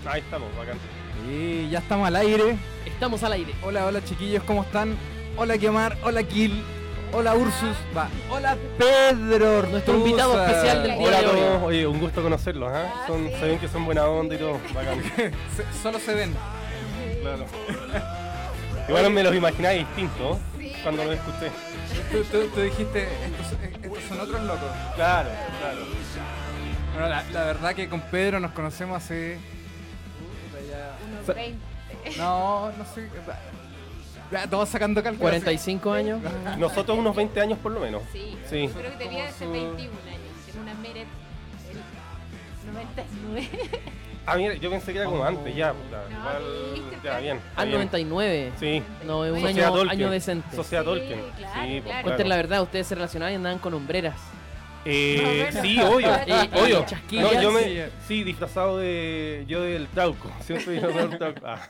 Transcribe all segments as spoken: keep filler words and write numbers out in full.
Ahí estamos, bacán. Y ya estamos al aire. Estamos al aire. Hola, hola chiquillos, ¿cómo están? Hola Kiamar, hola Kill, hola Ursus, va, hola Pedro, nuestro invitado especial del día Hola a de hoy. todos, oye, un gusto conocerlos, ¿eh? Ah, Son, sí. se ven que son buena onda y todo, bacán. Se- Solo se ven. Claro. Igual me los imaginaba distintos Sí. cuando los escuché. Tú, tú- tú dijiste, estos, estos son otros locos. Claro, claro. Bueno, la, la verdad que con Pedro nos conocemos hace... ya- Unos veinte. No, no sé. Ya, todos sacando cálculos. cuarenta y cinco años. Nosotros unos veinte años por lo menos. Sí. Sí. Yo creo que debía de ser Como su- veintiún años. En una Meret el noventa y nueve. Ah, mira, yo pensé que era como Oh. antes, ya, puta. No, Igual, viste, ya, bien. está Al bien. noventa y nueve. Sí. No, es un Sociedad año, Tolkien. año decente. Sociedad Sí, Tolkien. claro, sí, claro. pues, Cuenten la verdad, ustedes se relacionaban y andaban con hombreras. Eh, No, bueno. sí, obvio, Eh, obvio. eh, chasquillas. No, yo Sí. me, sí, disfrazado de, yo del Trauco, siempre disfrazado del Trauco. Ah.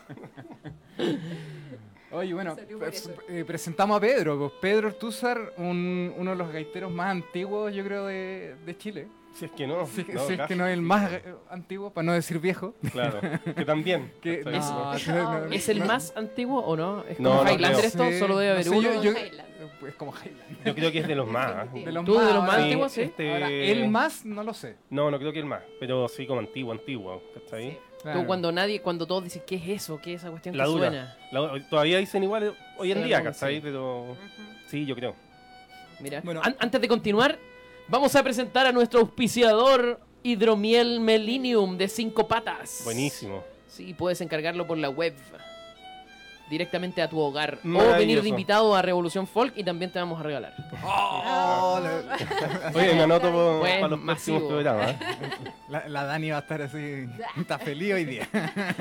Oye, bueno, Salió por pues, eso. eh, presentamos a Pedro. Pues Pedro Ortúzar, un, uno de los gaiteros más antiguos, yo creo, de, de Chile. Si es que no, Si, no, si es casi. que no es el más eh, antiguo, para no decir viejo. Claro, que también. Que, ¿cachai? no, Es- no, no, ¿Es el no. más antiguo o no? ¿Es No, como no Highlander creo. esto? Sí, Solo debe haber no sé, uno. yo- yo- Highland. Pues como Highland. Yo creo que es de los más. ¿eh? Definitivamente. los ¿Tú de los más ahora- antiguos, sí? este- Ahora, el más, no lo sé. No, no creo que el más, pero sí como antiguo, antiguo, ¿cachai? Sí. Claro. Tú cuando nadie, cuando todos dicen, ¿qué es eso? ¿Qué es esa cuestión La que dura. suena? La- todavía dicen igual hoy en Sí, día, no, ¿cachai? sí. Pero Ujú. sí, yo creo. Mira, Bueno. an- antes de continuar, vamos a presentar a nuestro auspiciador Hidromiel Melinium de cinco patas. Buenísimo. Sí, puedes encargarlo por la web. Directamente a tu hogar. O Maravilloso. venir de invitado a Revolución Folk y también te vamos a regalar. Oh, la, Oye, me anoto por- Pues, para los masivo. próximos programas. ¿eh? la- la Dani va a estar así. Está feliz hoy día.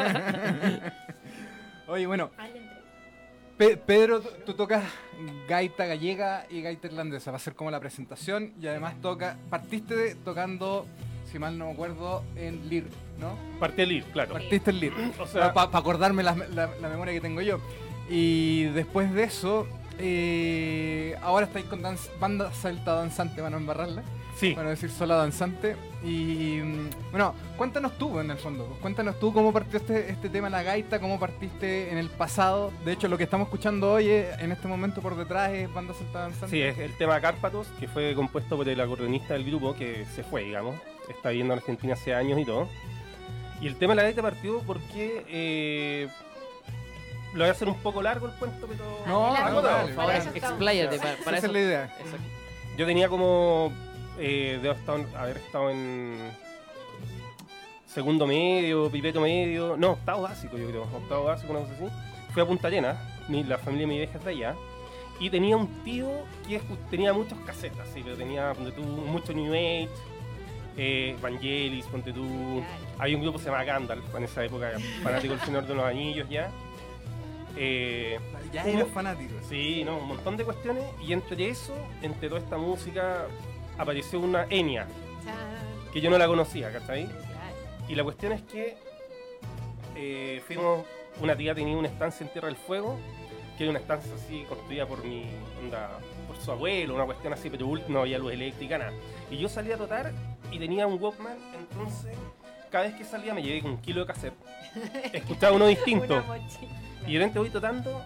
Oye, bueno, Al entre. Pe- Pedro, tú, tú tocas gaita gallega y gaita irlandesa. Va a ser como la presentación y además toca. Partiste de- tocando, si mal no me acuerdo, en Lir, ¿no? Parte el ir, claro. Partiste en Lir. O sea, Para acordarme la, la- la memoria que tengo yo. Y después de eso, eh, ahora estáis con danz- banda Salta Danzante, van a embarrarla. sí. Para decir sola danzante. Y mm, bueno, cuéntanos tú en el fondo. pues, Cuéntanos tú cómo partió este, este tema la gaita, cómo partiste en el pasado. De hecho, lo que estamos escuchando hoy es- en este momento por detrás es banda Salta Danzante. Sí, es el tema Cárpatos, que fue compuesto por el acordeonista del grupo, que se fue, digamos. Está viviendo en Argentina hace años y todo. Y el tema de la gaita partió porque... Eh, lo voy a hacer un poco largo el cuento, pero... No, Adelante, no, dale, por Ahora, eso estamos. expláyate. Para, Esa para es eso. la idea. Exacto. Yo tenía como... Eh, debo estar- haber estado en... Segundo medio, pipeto medio... No, octavo básico yo creo. Octavo básico, una cosa así. Fui a Punta Arenas, mi- la familia de mi vieja es de allá. Y tenía un tío que escu- tenía muchos casetas, sí, pero tenía, ponte tú, mucho New Age, eh, Vangelis, ponte tú. Había un grupo que se llamaba Gandalf en esa época, fanático del Señor de los Anillos ya. Eh, Ya eres fanático. sí, no, un montón de cuestiones. Y entre eso, entre toda esta música, apareció una Enya, Chan. que yo no la conocía, ¿cachai? Claro. Y la cuestión es que eh, fuimos, una tía tenía una estancia en Tierra del Fuego, que era una estancia así construida por mi onda, por su abuelo, una cuestión así, pero ult- no había luz eléctrica, nada. Y yo salía a trotar y tenía un Walkman, entonces cada vez que salía me llevé con un kilo de cassette, escuchaba uno distinto. Una mochila. Y de repente voy tratando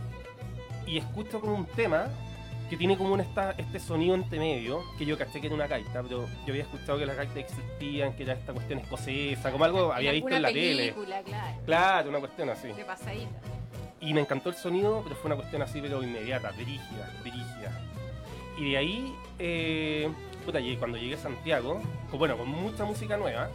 y escucho como un tema que tiene como un esta, este sonido entre medio, que yo caché que era una gaita, pero yo había escuchado que las gaitas existían, que era esta cuestión escocesa, como algo había visto en la tele. película, claro. Claro, una cuestión así. De pasadita. Y me encantó el sonido, pero fue una cuestión así, pero inmediata, brígida, brígida. Y de ahí, eh, puta, y cuando llegué a Santiago, con, bueno, con mucha música nueva,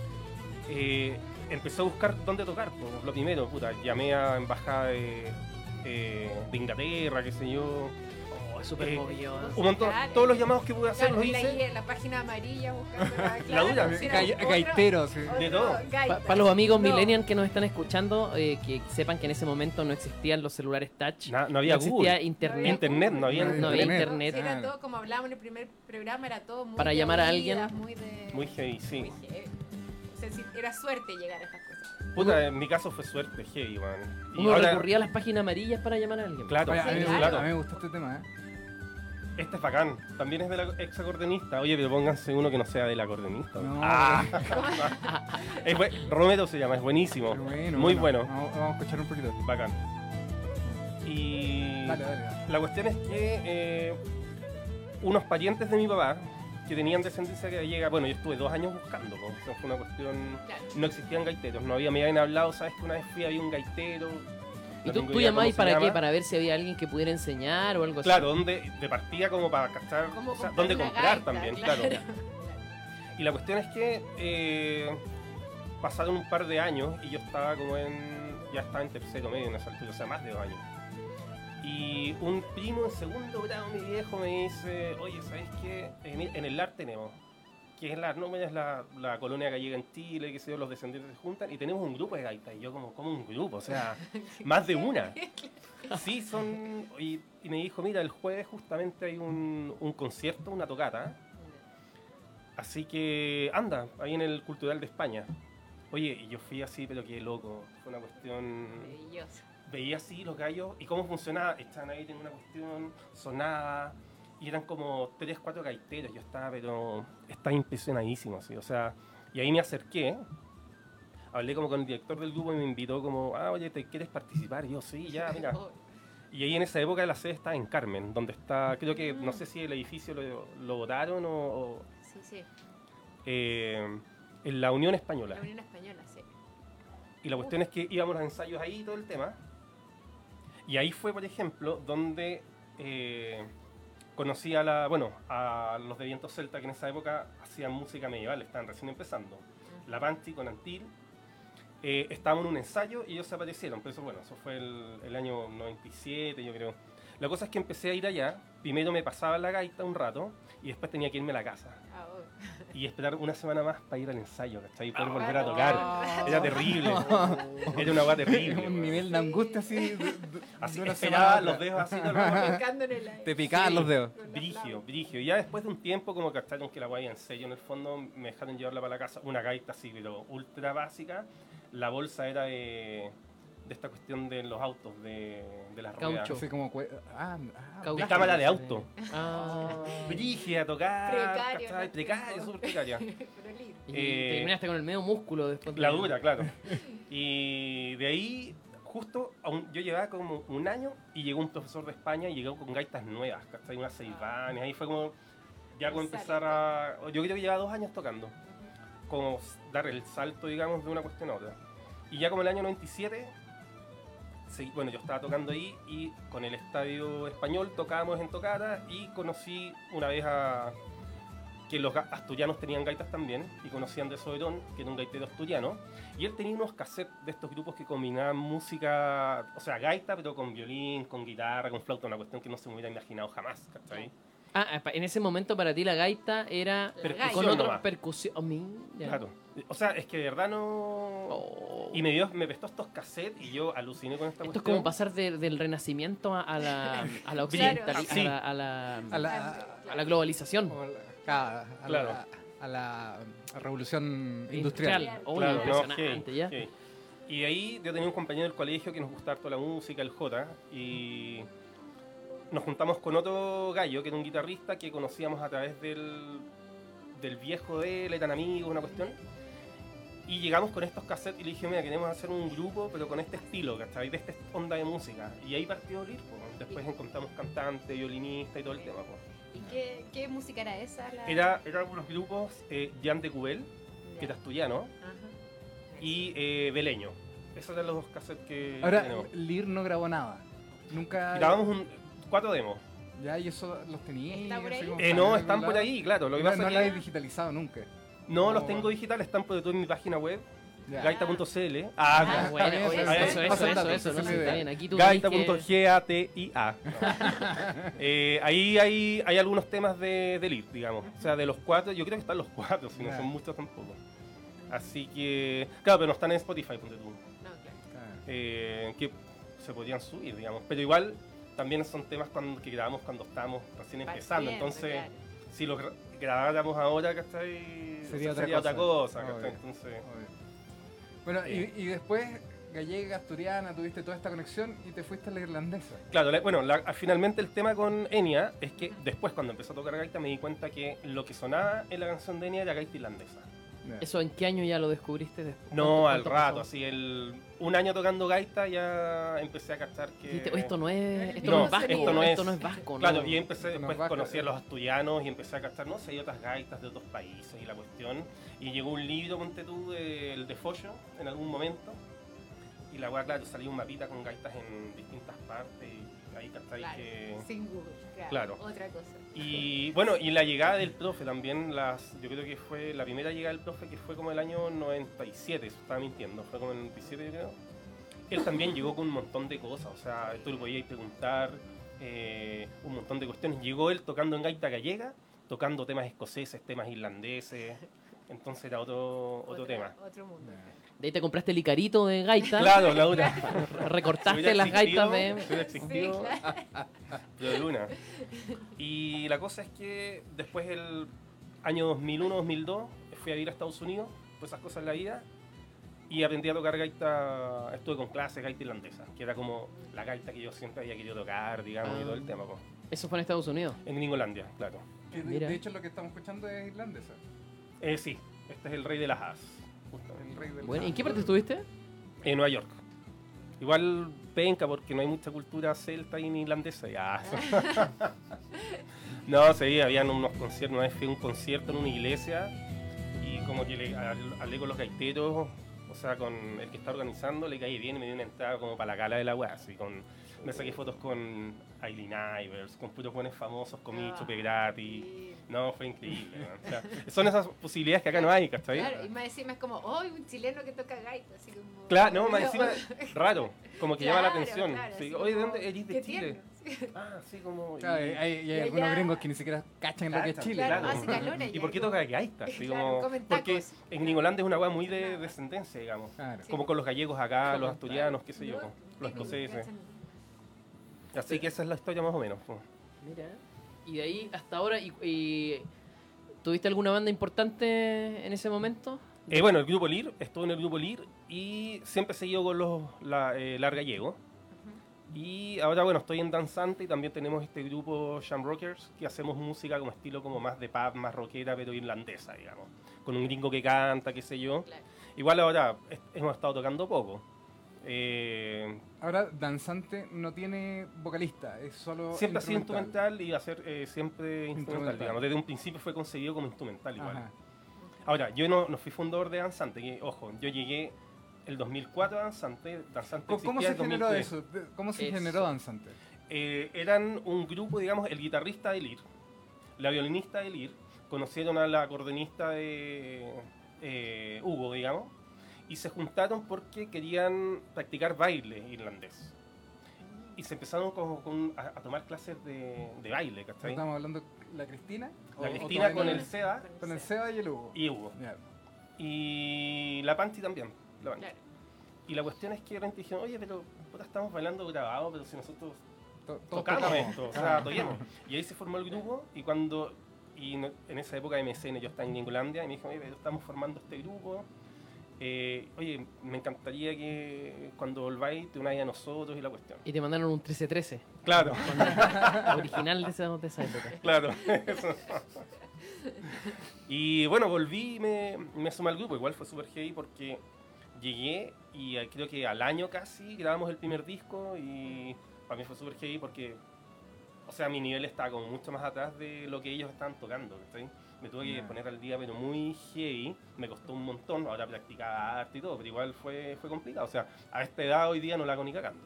eh, empecé a buscar dónde tocar. Pues, lo primero, puta, llamé a embajada de, eh, de Inglaterra, qué sé yo. Oh, es súper Eh, movido. ¿eh? Un montón, Claro. todos los llamados que pude hacer Claro, los en la, hice. guía- la página amarilla buscando la, La claro, dura. si era Ga- otro- gaitero, sí. otro De todo. gaita. Para los amigos No. millennials que nos están escuchando, eh, que sepan que en ese momento no existían los celulares touch. Na- no había existía Google. internet. Internet, no había No había internet. internet. Era Claro. todo como hablábamos en el primer programa, era todo muy Para de llamar a oídas, alguien. muy de Muy heavy, sí. muy heavy. O sea, sí, era suerte llegar a estas cosas. Puta, en mi caso fue suerte, heavy, man. Y Uno ahora- recurría a las páginas amarillas para llamar a alguien. Claro, Oye, a, mí, Sí, me- claro. a mí me gusta este tema, ¿eh? Este es bacán, también es de la ex acordeonista. Oye, pero pónganse uno que no sea del acordeonista. No, ah. es buen- Romero se llama, es buenísimo. Pero bueno, Muy bueno. Vamos, vamos a escuchar un poquito. Bacán. Y Dale, dale, dale. la cuestión es que eh, unos parientes de mi papá que tenían descendencia gallega, bueno, yo estuve dos años buscando, po. O sea, fue una cuestión, Claro. no existían gaiteros, no había, me habían hablado, sabes que una vez fui, había un gaitero. ¿Y no tú, tengo tú idea llamabas cómo se para qué? llama. ¿Para ver si había alguien que pudiera enseñar o algo así? Claro, donde de partida como para cachar, ¿Cómo o sea, comprar dónde una comprar gaita? también, Claro. claro. Y la cuestión es que eh, pasaron un par de años y yo estaba como en, ya estaba en tercero medio en esa altura, o sea, más de dos años. Y un primo en segundo grado, mi viejo, me dice, oye, ¿sabes qué? En, en el LAR tenemos, que es la, no, es la, la colonia gallega en Chile, que se yo, los descendientes se juntan, y tenemos un grupo de gaitas. Y yo como, como un grupo, o sea, más de una. Sí, son... Y, y me dijo, mira, el jueves justamente hay un, un concierto, una tocata. Así que anda, ahí en el Cultural de España. Oye, y yo fui así, pero qué loco. Fue una cuestión... Maravilloso. Veía así los gallos y cómo funcionaba. Estaban ahí en una cuestión, sonaba... Y eran como tres, cuatro gaiteros. Yo estaba, pero... Estaba impresionadísimo, así. O sea, y ahí me acerqué. Hablé como con el director del grupo y me invitó como... Ah, oye, ¿te quieres participar? Y yo, sí, ya, mira. Oh, Y ahí en esa época la sede estaba en Carmen, donde está... Creo que... No sé si el edificio lo, lo botaron o... o, sí, sí. eh, en la Unión Española. La Unión Española, sí. Y la cuestión es que íbamos a ensayos ahí y todo el tema. Y ahí fue, por ejemplo, donde eh, conocí a la, bueno, a los de Viento Celta, que en esa época hacían música medieval, estaban recién empezando. La Panti con Antil. Eh, estábamos en un ensayo y ellos se aparecieron. Pero eso, bueno, eso fue el, el año noventa y siete, yo creo. La cosa es que empecé a ir allá. Primero me pasaba la gaita un rato y después tenía que irme a la casa. Ah, oh. Y esperar una semana más para ir al ensayo, ¿cachai? Y poder Ah, volver a no. tocar. Era terrible. Era una hueá terrible. Un weón. nivel de angustia así. De, de- Así de una esperaba semana a los otra. dedos así. todo el rato. Picando en el aire. Te picaban Sí. los dedos. Con la Brigio, flauta. brigio. Y ya después de un tiempo, como cacharon que la guay en serio, en el fondo, me dejaron llevarla para la casa. Una gaita así, pero ultra básica. La bolsa era de, de esta cuestión de los autos, de, de las ruedas. Caucho. Así como. cue- Ah, ah, Caucho. De cámara de auto. Ah. Brígida, tocar, Precario, ¿cachai? ¿no? Precaria, súper precaria. Pero lindo. Y Eh, terminaste con el medio músculo después. de- La dura, claro. Y de ahí, justo, a un- yo llevaba como un año y llegó un profesor de España y llegó con gaitas nuevas, ¿cachai? Unas Seibanes, ahí fue como, ya como empezar a... Yo creo que llevaba dos años tocando, como dar el salto, digamos, de una cuestión a otra. Y ya como el año noventa y siete, seguí- bueno, yo estaba tocando ahí y con el Estadio Español tocábamos en tocata y conocí una vez a... que los ga- asturianos tenían gaitas también, y conocían de Soberón, que era un gaitero asturiano, y él tenía unos cassettes de estos grupos que combinaban música, o sea, gaita, pero con violín, con guitarra, con flauta, una cuestión que no se me hubiera imaginado jamás, ¿cachai? Ah, en ese momento para ti la gaita era La Percusión con gaita. otra nomás. percusión. Oh, mira. Claro. O sea, es que de verdad no... Oh. Y me, dio, me prestó estos cassettes y yo aluciné con esta Esto es cuestión. como pasar de- del renacimiento a, a la, a la Claro. occidentali- Sí. a, la, a, la, A la, a la globalización. o la- a, a Claro. la, a la revolución Industrial. industrial. Oh, Claro, no, impresionante, sí, ya. sí. Y de ahí yo tenía un compañero del colegio que nos gustaba toda la música, el J, y nos juntamos con otro gallo que era un guitarrista que conocíamos a través del, del viejo de él, eran amigos, una cuestión. Y llegamos con estos cassettes y le dije, mira, queremos hacer un grupo, pero con este estilo, ¿cachai? De esta onda de música. Y ahí partió el ir, po. Después encontramos cantante, violinista y todo el tema, po. ¿Y qué, qué música era esa? La... Era, eran unos grupos, eh, Jan de Cubel, que era Ya. asturiano, Ajá. y eh, Beleño. Esos eran los dos cassettes que Ahora, tenemos. Lir no grabó nada. Nunca. Grabamos un, cuatro demos. Ya, y eso los tenía. ¿Está por ahí? Eh, no, están por ahí, claro. Lo que No, pasa no es la he que digitalizado nunca. no los no. tengo digitales, están por todo en mi página web, Ya. gaita punto c l. Ah, Ah, bueno, bien, oye, está bien. eso, eso, Pasa el eso, dato, eso, esa no es la sé, está idea. bien. Aquí tú gaita tenés punto que- g a t i a. Eh, ahí hay, hay algunos temas de, de Lir, digamos. O sea, de los cuatro, yo creo que están los cuatro, si no Ya. son muchos tampoco. Así que, claro, pero no están en Spotify, ponte tú. No, claro. Ah, eh, que se podían subir, digamos. Pero igual también son temas cuando, que grabamos cuando estábamos recién empezando. Partiendo, Entonces, claro. si lo gra- grabáramos ahora, ¿cachai? Sería O sea, otra cosa. cosa, Obvio. ¿cachai? Entonces, obvio. Bueno, Eh. y, y después gallega, asturiana, tuviste toda esta conexión y te fuiste a la irlandesa. Claro, la- bueno, la- finalmente el tema con Enya es que después cuando empezó a tocar gaita me di cuenta que lo que sonaba en la canción de Enya era gaita irlandesa. Ya. ¿Eso en qué año ya lo descubriste? después? No, ¿Cuánto- al cuánto rato, pasó? así el un año tocando gaita ya empecé a cachar que... Dijiste, "Oh, esto no es, esto No, no, es vasco, esto no es- esto no es vasco, Claro, no". y empecé, Esto no después es vasco, conocí a eh. los asturianos y empecé a cachar, no sé, hay otras gaitas de otros países y la cuestión. Y llegó un libro, ponte tú, del de Follo en algún momento. Y la weá, claro, salió un mapita con gaitas en distintas partes y ahí cachai Claro, que... sin Google, claro. Claro. Otra cosa. Y bueno, y la llegada del profe también, las, yo creo que fue la primera llegada del profe que fue como el año noventa y siete, eso estaba mintiendo, fue como en el noventa y siete yo creo. Él también llegó con un montón de cosas, o sea, tú le podías preguntar eh, un montón de cuestiones. Llegó él tocando en gaita gallega, tocando temas escoceses, temas irlandeses, entonces era otro, otro Otra- tema. Otro mundo. De ahí te compraste el Icarito de gaita, Claro, Laura. recortaste Si hubiera las gaitas existido, de... si hubiera existido, Sí, claro. pero de luna. Y la cosa es que después del año dos mil uno dos mil dos fui a vivir a Estados Unidos, por esas cosas en la vida, y aprendí a tocar gaita, estuve con clases gaita irlandesa, que era como la gaita que yo siempre había querido tocar, digamos, y todo el tema. Pues. Eso fue en Estados Unidos. En Gringolandia, claro. Que de, Mira. de hecho lo que estamos escuchando es irlandesa. Eh, sí, este es el rey de las hadas, justamente. El rey del Bueno, ¿en qué parte estuviste? En Nueva York. Igual penca porque no hay mucha cultura celta y ni irlandesa. Ya. No, sí, habían unos conciertos. Una vez fui a un concierto en una iglesia y como que le hab- hablé con los gaiteros, o sea, con el que está organizando, le caí bien y me dio una entrada como para la gala de la weá. Así con, me saqué fotos con Eileen Ivers, con puros buenos famosos, con Ah, Micho Pegrati. sí. No, fue increíble. ¿no? O sea, son esas posibilidades que acá no hay, ¿cachai? Claro, y más encima es como, oh, un chileno que toca gaita, así como... Claro, no, más encima, raro, como que llama la Claro, atención. claro, Sí, así Oye, ¿de como, dónde eres? qué De Chile. tierno, sí. Ah, sí, como... Claro, hay, y- hay- hay Y algunos allá- gringos que ni siquiera cachan lo que es Cachan, Chile. Claro, claro. hace calor allá, ¿Y por qué como- toca gaita? Así Claro, como- comen porque tacos. en Gringolandia es una weá muy de descendencia, digamos. Claro. Como con los gallegos acá, los Claro. asturianos, qué sé yo, No, los ni escoceses. cachan. Así que esa es la historia más o menos. po. Mira. Y de ahí hasta ahora, y, y- ¿tuviste alguna banda importante en ese momento? Eh, bueno, el grupo Lir, estuve en el grupo Lir y siempre he seguido con los la, eh, Lar Gallego. Y ahora, bueno, estoy en Danzante y también tenemos este grupo Jam Rockers que hacemos música como estilo como más de pub, más rockera, pero irlandesa, digamos. Con un gringo que canta, qué sé yo. Claro. Igual ahora es- hemos estado tocando poco. Eh, Ahora, Danzante no tiene vocalista, es solo siempre ha sido instrumental. instrumental y va a ser eh, siempre instrumental, Instrumental. digamos. Desde un principio fue concebido como instrumental igual. Ajá. Ahora, yo no, no fui fundador de Danzante, que, ojo, yo llegué el dos mil cuatro a Danzante. Danzante ¿Cómo, cómo existía se en generó dos mil tres. eso? De- ¿Cómo se Eso. generó Danzante? Eh, eran un grupo, digamos, el guitarrista de Lir, la violinista de Lir, conocieron a la acordeonista de eh, Hugo, digamos, y se juntaron porque querían practicar baile irlandés. Y se empezaron como con- a, a tomar clases de, de baile, ¿cachai? ¿Estamos hablando la Cristina? ¿O- La o Cristina todavía con no? el Seba Con el Seba y el Hugo. y Hugo. Ya. Y la Panty también. La Panty. Claro. Y la cuestión es que de repente dijeron, oye, pero puta, estamos bailando grabado, pero si nosotros To- todos tocamos tocamos. esto, o sea, toquemos. Y ahí se formó el grupo y cuando, y no- en esa época M S N yo estaba en Gringolandia y me dijo, oye, pero estamos formando este grupo, eh, oye, me encantaría que cuando volváis te unáis a nosotros y la cuestión. Y te mandaron un trece trece, Claro, original de esa, de esa época. claro. Eso. Y bueno, volví y me, me sumé al grupo, igual fue súper heavy porque llegué y eh, creo que al año casi grabamos el primer disco y para mí fue súper heavy porque, o sea, mi nivel estaba como mucho más atrás de lo que ellos estaban tocando, ¿cachai? Me tuve que Ya. poner al día, pero muy heavy, me costó un montón, ahora practicaba arte y todo, pero igual fue, fue complicado, o sea, a esta edad hoy día no la hago ni cagando.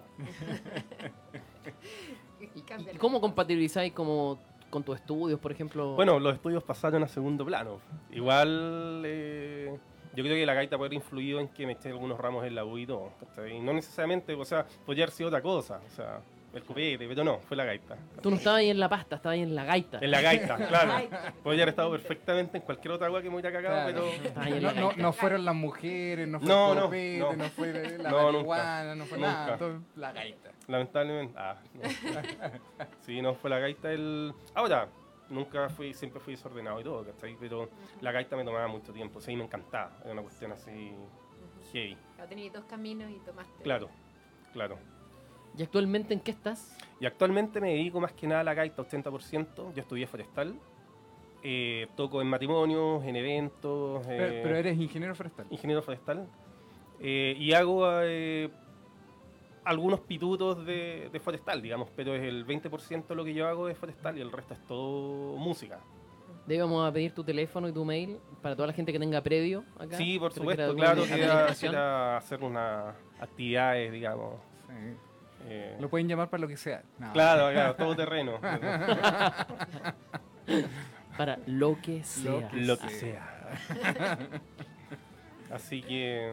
Y cambia ¿Y la- cómo compatibilizáis como con tus estudios, por ejemplo? Bueno, los estudios pasaron a segundo plano. Igual, eh, yo creo que la gaita puede haber influido en que me eché algunos ramos en la U y todo. ¿cachai? No necesariamente, o sea, podría haber sido otra cosa, o sea, el copete, pero no, fue la gaita. tú no estabas ahí en la pasta, estabas ahí en la gaita. En la gaita, claro. Gaita. Podría haber estado perfectamente en cualquier otra agua que me hubiera cagado, Claro. pero... Estabas ahí en No, la no, gaita. no fueron las mujeres, no fue No, el no, copete, no. no, fue la No, marihuana, no fue nunca. nada, todo la gaita. Lamentablemente, ah, no. Sí, no fue la gaita el... Ahora, nunca fui, siempre fui desordenado y todo, ¿cachai? Pero la gaita me tomaba mucho tiempo, o sea, y me encantaba, era una cuestión así heavy. Claro, tenías dos caminos y tomaste. Claro, claro. ¿Y actualmente en qué estás? Y actualmente me dedico más que nada a la gaita, ochenta por ciento. Yo estudié forestal. Eh, toco en matrimonios, en eventos. Pero, eh, pero eres ingeniero forestal. ingeniero forestal. Eh, y hago eh, algunos pitutos de, de forestal, digamos, pero es el veinte por ciento lo que yo hago es forestal y el resto es todo música. De ahí vamos a pedir tu teléfono y tu mail para toda la gente que tenga previo acá. Sí, por que requiera supuesto, alguna claro, quería, administración. quería hacer unas actividades, digamos. Sí. eh, Lo pueden llamar para lo que sea. No. claro, claro, todo terreno. Para lo que sea. que Lo que Sí. sea. Así que,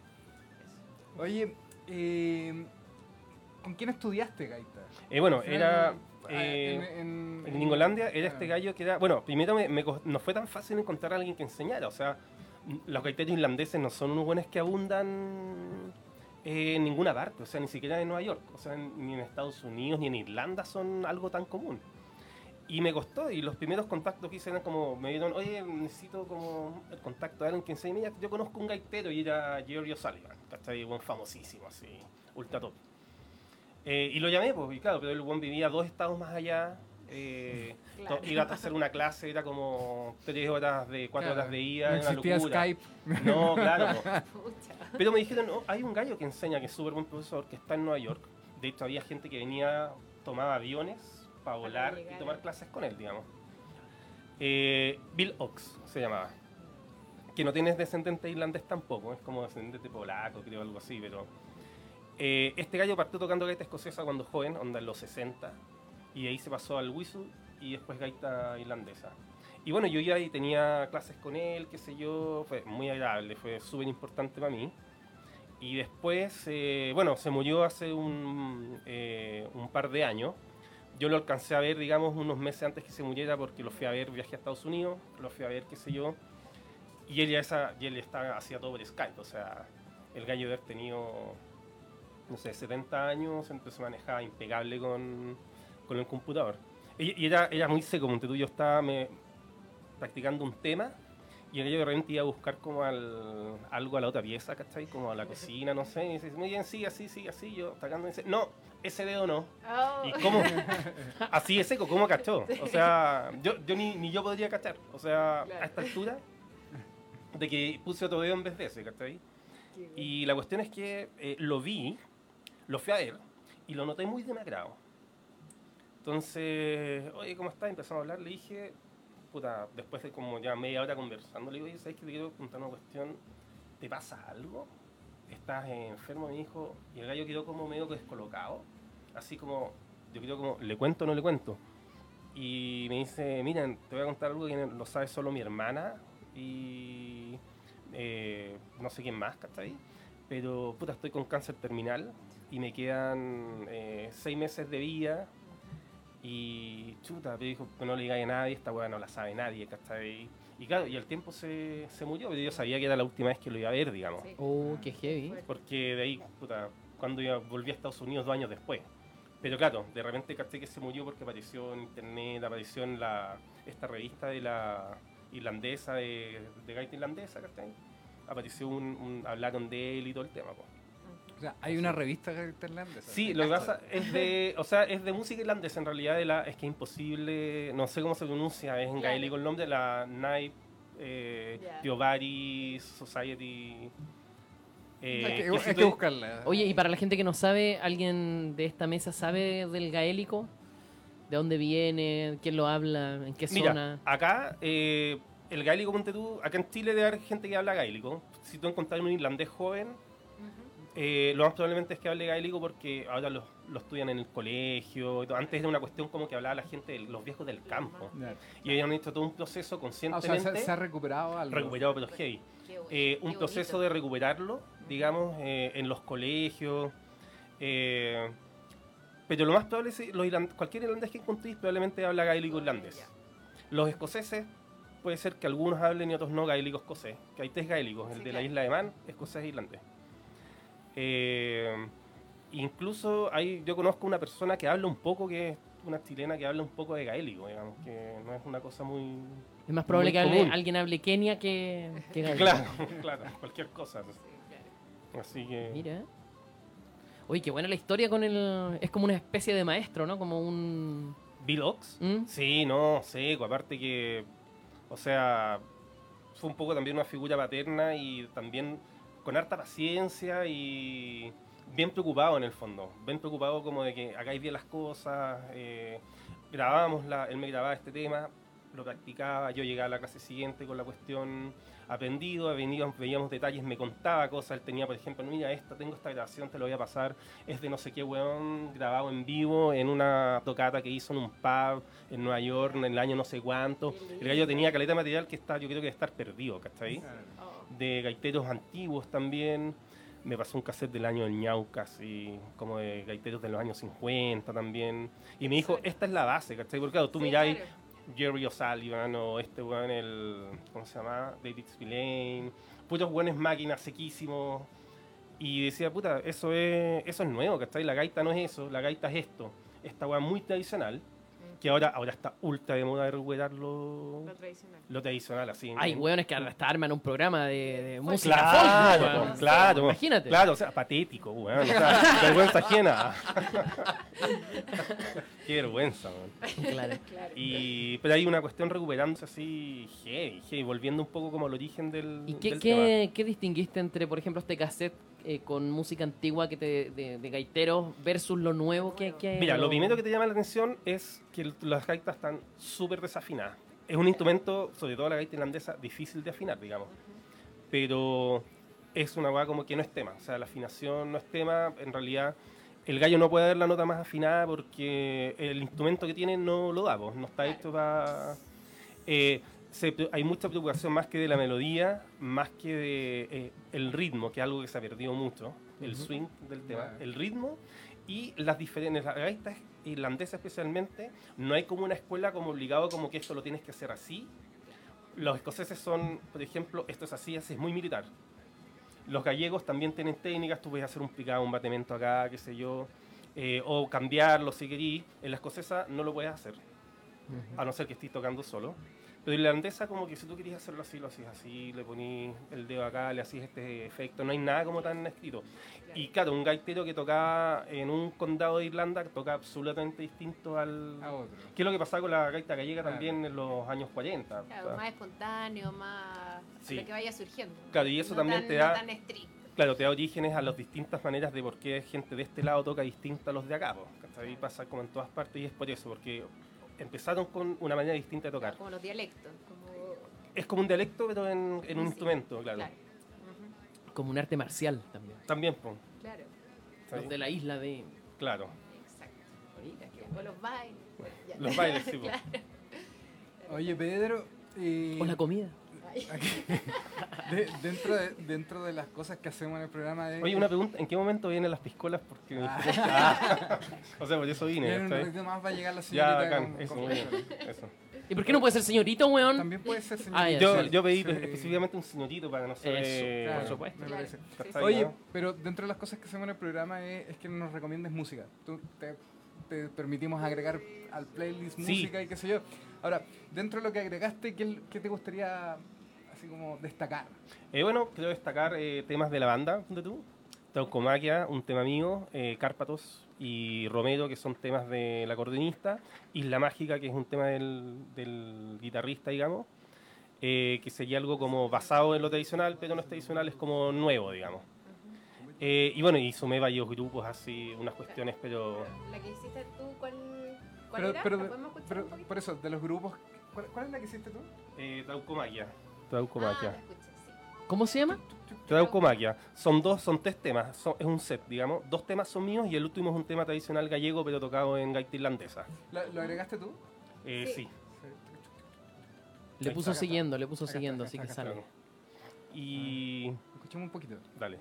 Oye, eh, ¿con quién estudiaste gaita? eh, bueno, Al final, era... ah, eh, en, En Ingolandia era ah, este gallo que era... Bueno, primero me, me cos- no fue tan fácil encontrar a alguien que enseñara. O sea, n- los gaiteros irlandeses no son unos buenos que abundan eh, en ninguna parte. O sea, ni siquiera en Nueva York. O sea, en- ni en Estados Unidos ni en Irlanda son algo tan común. Y me costó. Y los primeros contactos que hice eran como... Me dieron, oye, necesito como el contacto de alguien que enseñe. Mira, yo conozco un gaitero y era Giorgio Sullivan. ¿Cachai? Buen famosísimo, así. Ultra top. Eh, y lo llamé, pues, y claro, pero el buen vivía dos estados más allá. Eh, Claro. to- ir a hacer una clase era como tres horas de cuatro claro, horas de ida, No era una existía locura. Skype. No, claro. po. Pucha. Pero me dijeron, "Oh, hay un gallo que enseña, que es súper buen profesor, que está en Nueva York. De hecho, había gente que venía, tomaba aviones para volar y llegar. tomar clases con él, digamos. Eh, Bill Ox se llamaba. Que no tiene descendente irlandés tampoco, es como descendente polaco, creo, algo así, pero... Eh, este gallo partió tocando gaita escocesa cuando joven, onda en los sesenta, y de ahí se pasó al whistle y después gaita irlandesa. Y bueno, yo iba y tenía clases con él, qué sé yo, fue muy agradable, fue súper importante para mí. Y después, eh, bueno, se murió hace un, eh, un par de años. Yo lo alcancé a ver, digamos, unos meses antes que se muriera porque lo fui a ver, viajé a Estados Unidos, lo fui a ver, qué sé yo. Y él ya esa, y él estaba, hacía todo por Skype, o sea, el gallo de haber tenido, no sé, setenta años, entonces se manejaba impecable con, con el computador. Y, y era, era muy seco, monte tú, yo estaba me, practicando un tema y el gallo de repente iba a buscar como al, algo a la otra pieza, ¿cachai? Como a la cocina, no sé, y dice, muy bien, sí, así, sí, así, yo atacando, y dice, no, ese dedo no. Oh. ¿Y cómo? Así de seco, ¿cómo cachó? O sea, yo, yo ni, ni yo podría cachar. O sea, Claro. a esta altura, de que puse otro dedo en vez de ese, ¿cachai? Qué bueno. Y la cuestión es que eh, lo vi, lo fui a ver, y lo noté muy demacrado. Entonces, oye, ¿cómo estás? Empezamos a hablar, le dije, puta, después de como ya media hora conversando, le digo, oye, ¿sabes que te quiero preguntar una cuestión? ¿Te pasa algo? ¿Estás enfermo? Me dijo, y el gallo quedó como medio descolocado, así como, yo creo como, ¿le cuento o no le cuento? Y me dice, miren, te voy a contar algo que lo sabe solo mi hermana y eh, no sé quién más, ¿cachai? Pero, puta, estoy con cáncer terminal y me quedan eh, seis meses de vida y, chuta, me dijo que no le diga a nadie, esta weá no la sabe nadie, ¿cachai? Y claro, y el tiempo se, se murió, pero yo sabía que era la última vez que lo iba a ver, digamos. Sí. Oh, qué heavy. Porque de ahí, puta, cuando iba, volví a Estados Unidos dos años después. Pero claro, de repente caché que se murió porque apareció en internet, apareció en la esta revista de la irlandesa, de, de gaita irlandesa, ¿cachai? Apareció un, un, hablaron de él y todo el tema, po. O sea, hay una revista gaita irlandesa. Sí, lo que pasa es de, o sea, es de música irlandesa, en realidad de la, es que es imposible, no sé cómo se pronuncia, es en Claro. gaélico el nombre, la Night eh, Ya. Teobari Society. Eh, Hay que, que hay si que tú- buscarla. Oye, y para la gente que no sabe, ¿alguien de esta mesa sabe del gaélico? ¿De dónde viene? ¿Quién lo habla? ¿En qué Mira, zona? acá eh, el gaélico, ponte tú, acá en Chile debe haber gente que habla gaélico. Si tú encontrás un irlandés joven, Ujú. eh, lo más probablemente es que hable gaélico porque ahora lo, lo estudian en el colegio. y todo. Antes era una cuestión como que hablaba la gente, de los viejos del campo. Ya. Y habían hecho todo un proceso Ah, o conscientemente, sea, se, se ha recuperado algo. recuperado pero heavy. Qué bueno, Eh, qué un proceso de bonito. recuperarlo, digamos, eh, en los colegios. eh, pero lo más probable es que los irland- cualquier irlandés que encontréis probablemente habla gaélico irlandés. Ya. Los escoceses, puede ser que algunos hablen y otros no gaélico escocés, que hay tres gaélicos, el Sí, de la claro. isla de Man, escocés e irlandés. Eh, incluso hay, yo conozco una persona que habla un poco, que es una chilena que habla un poco de gaélico, digamos, que no es una cosa muy... Es más probable muy que hable- común. alguien hable Kenia que, que gaélico. Claro, claro, cualquier cosa. Sí, claro. Así que... Mira. Oye, qué buena la historia con el... Es como una especie de maestro, ¿no? Como un... ¿Bill Ox? ¿Mm? Sí, no, seco. Aparte que, o sea, fue un poco también una figura paterna y también con harta paciencia y bien preocupado en el fondo. Bien preocupado como de que hagáis bien las cosas. Eh, grabábamos, la, él me grababa este tema, lo practicaba, yo llegaba a la clase siguiente con la cuestión aprendido, veníamos, veíamos detalles, me contaba cosas, él tenía, por ejemplo, mira, esta, tengo esta grabación, te lo voy a pasar, es de no sé qué weón, grabado en vivo en una tocata que hizo en un pub en Nueva York en el año no sé cuánto. El gallo tenía caleta de material que está, yo creo que debe estar perdido, ¿cachai? De gaiteros antiguos también. Me pasó un cassette del año del Ñauca, así como de gaiteros de los años cincuenta también. Y me dijo, esta es la base, ¿cachai? Porque claro, tú Sí, miráis claro. Jerry O'Sullivan o este weón, el. ¿Cómo se llama? David Spillane. Puros buenos máquinas sequísimos. Y decía, puta, eso es eso es nuevo, ¿cachai? La gaita no es eso, la gaita es esto. Esta weá muy tradicional, que ahora, ahora está ultra de moda de recuperar lo, Lo tradicional. lo tradicional, así. Hay en- hueones que hasta arman un programa de, de música Claro, folk, weón. claro. Imagínate. Claro, o sea, patético, weón. O sea, vergüenza ajena. Qué vergüenza, weón. Claro. Claro. Y, pero hay una cuestión recuperándose así, heavy, heavy, volviendo un poco como al origen del, ¿Y qué, del qué, qué distinguiste entre, por ejemplo, este cassette eh, con música antigua que te, de, de gaiteros versus lo nuevo? ¿Qué, qué- tema. Mira, lo primero que te llama la atención es que el- las gaitas están súper desafinadas. Es un instrumento, sobre todo la gaita irlandesa, difícil de afinar, digamos. Pero es una weá como que no es tema. O sea, la afinación no es tema. En realidad, el gallo no puede dar la nota más afinada porque el instrumento que tiene no lo da, pues, no está hecho para... Eh, se pre- hay mucha preocupación más que de la melodía, más que de eh, el ritmo, que es algo que se ha perdido mucho, el Ujú. swing del tema, Vale. el ritmo y las diferentes, las gaitas irlandesas especialmente, no hay como una escuela como obligado como que esto lo tienes que hacer así. Los escoceses son, por ejemplo, esto es así, así es muy militar. Los gallegos también tienen técnicas, tú puedes hacer un picado, un batemento acá, qué sé yo, eh, o cambiarlo si querís. En la escocesa no lo puedes hacer, a no ser que estés tocando solo. Pero en la irlandesa como que si tú querías hacerlo así, lo hacías así, le ponís el dedo acá, le hacías este efecto, no hay nada como tan escrito. Y claro, un gaitero que tocaba en un condado de Irlanda toca absolutamente distinto al... A otro. ¿Qué es lo que pasaba con la gaita gallega Claro. también en los años cuarenta? Claro, O sea, más espontáneo, más Sí. lo que vaya surgiendo. Claro, y eso No también tan- te da- No tan estricto. Claro, te da orígenes a las distintas maneras de por qué gente de este lado toca distinta a los de acá. Po, ¿cachai? Pasa como en todas partes y es por eso, porque empezaron con una manera distinta de tocar. Como los dialectos. Como... Es como un dialecto, pero en, en un Sí, instrumento, claro. Claro. Ujú. Como un arte marcial también. También, po, Claro. ¿sabes? Los de la isla de... Claro. Exacto. O los bailes. Ya. Los bailes, sí, po. Claro. Oye, Pedro, eh, O la comida. de- dentro, de, dentro de las cosas que hacemos en el programa de... Oye, una pregunta, ¿en qué momento vienen las piscolas? Porque me Ah. dijiste- Ah. O sea, por eso vine, En un ¿sabes? ratito más va a llegar la Ya, señorita bacán, con- eso, con muy bien, frijoles. eso. ¿Y por qué no puede ser señorito, weón? También puede ser Ah, ya, señorita. Yo, sí. yo pedí Sí. específicamente un señorito para que no se... Eso, Claro, por supuesto. me Claro. parece. Sí, Está sí. bien, Oye, ¿no? pero dentro de las cosas que hacemos en el programa es, es que nos recomiendes música. Tú te, te permitimos agregar al playlist Sí. música y qué sé yo. Ahora, dentro de lo que agregaste, ¿qué, qué te gustaría así como destacar? Eh, bueno, quiero destacar eh, temas de la banda, de tú. Taucomaquia, un tema mío, eh, Cárpatos y Romero, que son temas del acordeonista, Isla Mágica, que es un tema del, del guitarrista, digamos, eh, que sería algo como basado en lo tradicional, pero no es tradicional, es como nuevo, digamos. Eh, y bueno, y sumé varios grupos así, unas cuestiones, pero... La que hiciste tú, ¿cuál, cuál Pero, era? pero, ¿La podemos escuchar pero un poquito? por eso, de los grupos, ¿cuál, cuál es la que hiciste tú? Eh, Traucomaquia. Ah, Traucomaquia. la escuché, sí. ¿Cómo se llama? Traucomaquia. Son dos, son tres temas, son- es un set, digamos. Dos temas son míos y el último es un tema tradicional gallego, pero tocado en gaita irlandesa. ¿La- ¿Lo agregaste tú? Eh, Sí. sí. Le Ahí puso está, acá siguiendo, le puso Acá está, siguiendo, acá así está, que acá sale. Claro. Y... Escuchemos un poquito. Dale.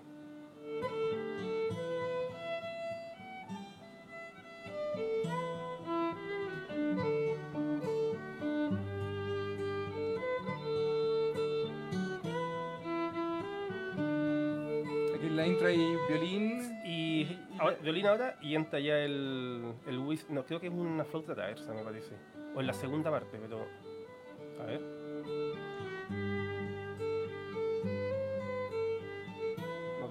Aquí en la intro hay violín. Y ahora, violín ahora y entra ya el, el whis- no, creo que es una flauta traversa, me parece. O en la segunda parte, pero... A ver. No, todavía no,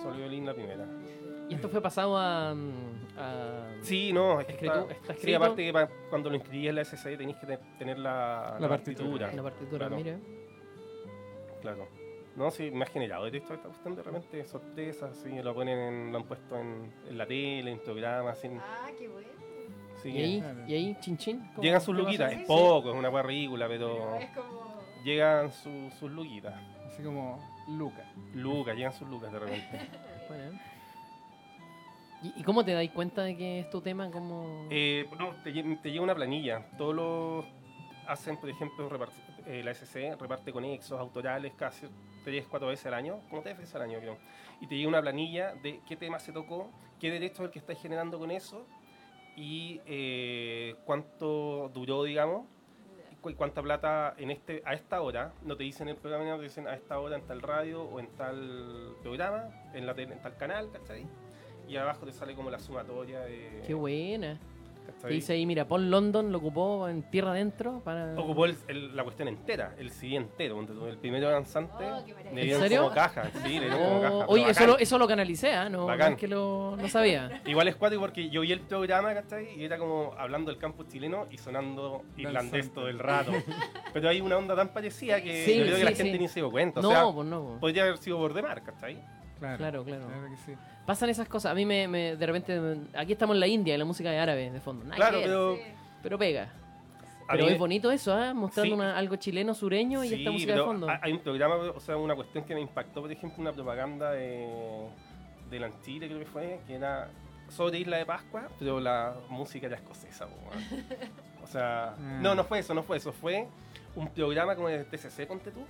solo violín la primera. Y esto fue pasado a... a- Sí, no, es que Escritu- está, está sí, escrito. aparte que pa- cuando lo inscribís en la S C tenéis que te- tener la, La partitura. la partitura, Claro. mira. Claro. No, sí, me ha generado de esto esta cuestión de repente sorpresas, sí, lo ponen en- lo han puesto en, en la tele, en programas, así, Ah, qué bueno. sí, Y ahí, Claro. y ahí, chin chin. ¿cómo- llegan sus qué pasa? luquitas, Sí, es sí. poco, es una hueá ridícula, pero Es como. llegan su- sus luquitas, Así como Luca. lucas, llegan sus lucas de repente. Bueno, ¿eh? ¿Y, y cómo te dais cuenta de que es tu tema? Como... Eh, no, te, lle- te llega una planilla. Todos los hacen, por ejemplo, repart- eh, la S C reparte conexos, autorales, casi tres, cuatro veces al año, como tres veces al año, creo. Y te llega una planilla de qué tema se tocó, qué derecho es el que estáis generando con eso y eh, cuánto duró, digamos, y cu- cuánta plata en este a esta hora. No te dicen el programa, no te dicen a esta hora en tal radio o en tal programa, en, la tele- en tal canal, ¿cachai? Y abajo te sale como la sumatoria de... Qué buena. ¿cachai? Te dice ahí, mira, Paul London lo ocupó en tierra adentro para... Ocupó el- el- la cuestión entera, el C D entero. ponte tú, El primero danzante Oh, qué maravilla. le dieron ¿En serio? como caja. Sí, le dieron como Oh, caja. pero oye, eso bacán. lo, eso lo canalicé, ¿ah? No, no Bacán. es que lo, lo sabía. Igual es cuático porque yo vi el programa, ¿cachai? Y era como hablando del campus chileno y sonando irlandés Danzante. todo el rato. Pero hay una onda tan parecida que Sí, yo creo que sí, la gente sí. ni se dio cuenta. No, o sea, pues no. podría haber sido por demar, ¿cachai? Claro, Claro, claro. Claro que sí. Pasan esas cosas. A mí me, me- de repente, me- aquí estamos en la India y la música es árabe de fondo. Nada Claro, que ver, pero... Sí. pero pega. a Pero mí- es bonito eso, ¿ah? Mostrando Sí. una- algo chileno, sureño y Sí, esta música de pero fondo. ha- hay un programa, o sea, una cuestión que me impactó, por ejemplo, una propaganda de, de la Chile, creo que fue, que era sobre Isla de Pascua, pero la música era escocesa, po, weón. O sea, Mm. no, no fue eso, no fue eso, fue un programa como el T C C, ponte tú,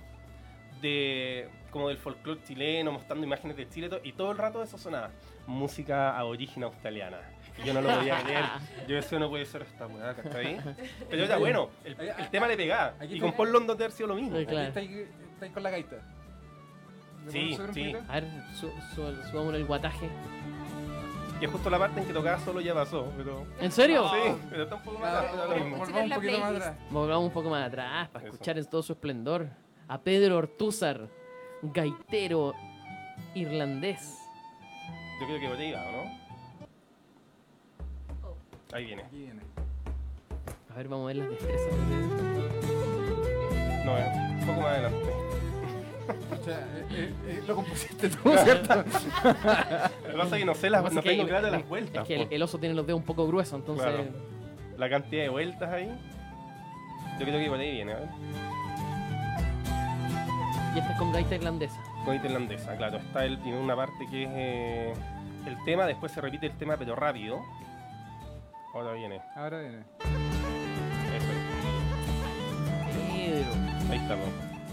de como del folclore chileno, mostrando imágenes de Chile, to- y todo el rato eso sonaba, música aborigen australiana. Y yo no lo podía creer, yo decía, no puede ser esta weá, ¿cachai? Pero era bueno, el, el tema le pegaba, Aquí y con te- Paul London debe haber sido lo mismo. Sí, claro. Aquí estáis, estáis con la gaita. ¿Me Sí, puedes subir un sí. poquito? A ver, su, su, subamos el guataje. Y es justo la parte en que tocaba solo ya pasó, pero... ¿En serio? Sí, pero está un poco más atrás, pero da lo Vol- mismo. Volvamos un la poquito más playlist. atrás. Volvamos un poco más atrás para Eso. escuchar en todo su esplendor a Pedro Ortúzar, gaitero irlandés. Yo creo que por ahí va, ¿o no? Ahí viene. Aquí viene. A ver, vamos a ver las destrezas. No, es un poco más adelante. O sea, eh, eh, eh, lo compusiste tú, ¿cierto? Lo que pasa es que no sé, las, Lo que no pasa es tengo que- claras las Es vueltas. que el, po. el oso tiene los dedos un poco gruesos, entonces... Claro. La cantidad de vueltas ahí. Yo creo que por ahí viene, a ver. Y esta es con gaita irlandesa. Con irlandesa, claro. Está el, tiene una parte que es eh, el tema, después se repite el tema, pero rápido. Ahora viene. Ahora viene. Eso es. Pedro. Ahí estamos.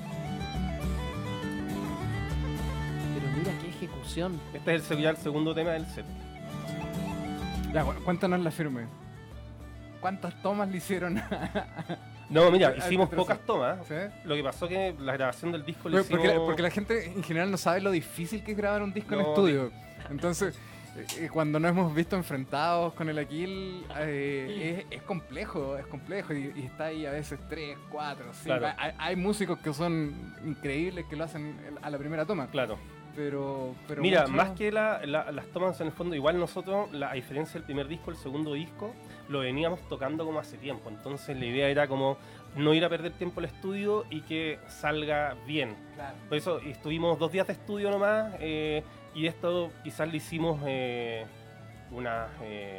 Pero mira qué ejecución. Este es el, ya el segundo tema del set. Ya, cu- cuéntanos la firme. ¿Cuántas tomas le hicieron? No, mira, Al- al hicimos tercero. pocas tomas. ¿Sí? Lo que pasó que la grabación del disco le Porque, porque hicimos... la, porque la gente en general no sabe lo difícil que es grabar un disco en No, estudio. Entonces, eh, eh, cuando nos hemos visto enfrentados con el Aquil, eh, es, es complejo, es complejo. Y, y está ahí a veces tres, cuatro, cinco. Claro. Hay, hay músicos que son increíbles que lo hacen a la primera toma. Claro. Pero, pero Mira, muchos- más que la- la- las tomas en el fondo, igual nosotros, la a diferencia del primer disco, el segundo disco, lo veníamos tocando como hace tiempo. Entonces la idea era como no ir a perder tiempo al estudio y que salga bien. Claro. Por eso estuvimos dos días de estudio nomás eh, y esto quizás le hicimos eh, unas... Eh,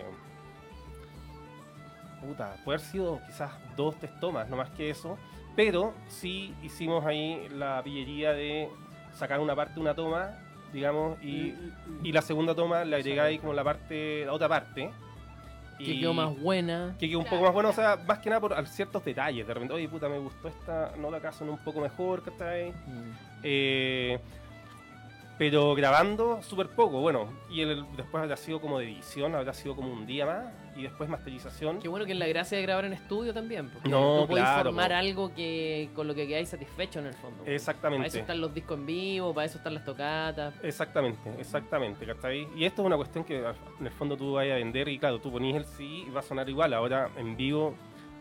puta, puede haber sido quizás dos, tres tomas, no más que eso. Pero sí hicimos ahí la pillería de sacar una parte de una toma, digamos, y, y la segunda toma le agregáis como la parte, la otra parte. Que quedó más buena. Que quedó un Claro, poco más bueno, o claro. sea, más que nada por al- ciertos detalles. De repente, oye, puta, me gustó esta nota acá, son un poco mejor, ¿cachai? Mm. Eh, pero grabando súper poco, bueno, y el, después habrá sido como de edición, habrá sido como un día más, y después masterización. Qué bueno que es la gracia de grabar en estudio también. Porque No, no podéis claro, formar po. algo que con lo que quedáis satisfechos en el fondo. Para eso Exactamente. están los discos en vivo, para eso están las tocatas. Exactamente, exactamente, ¿cachai? Y esto es una cuestión que en el fondo tú vas a vender y claro, tú ponís el C D y va a sonar igual. Ahora en vivo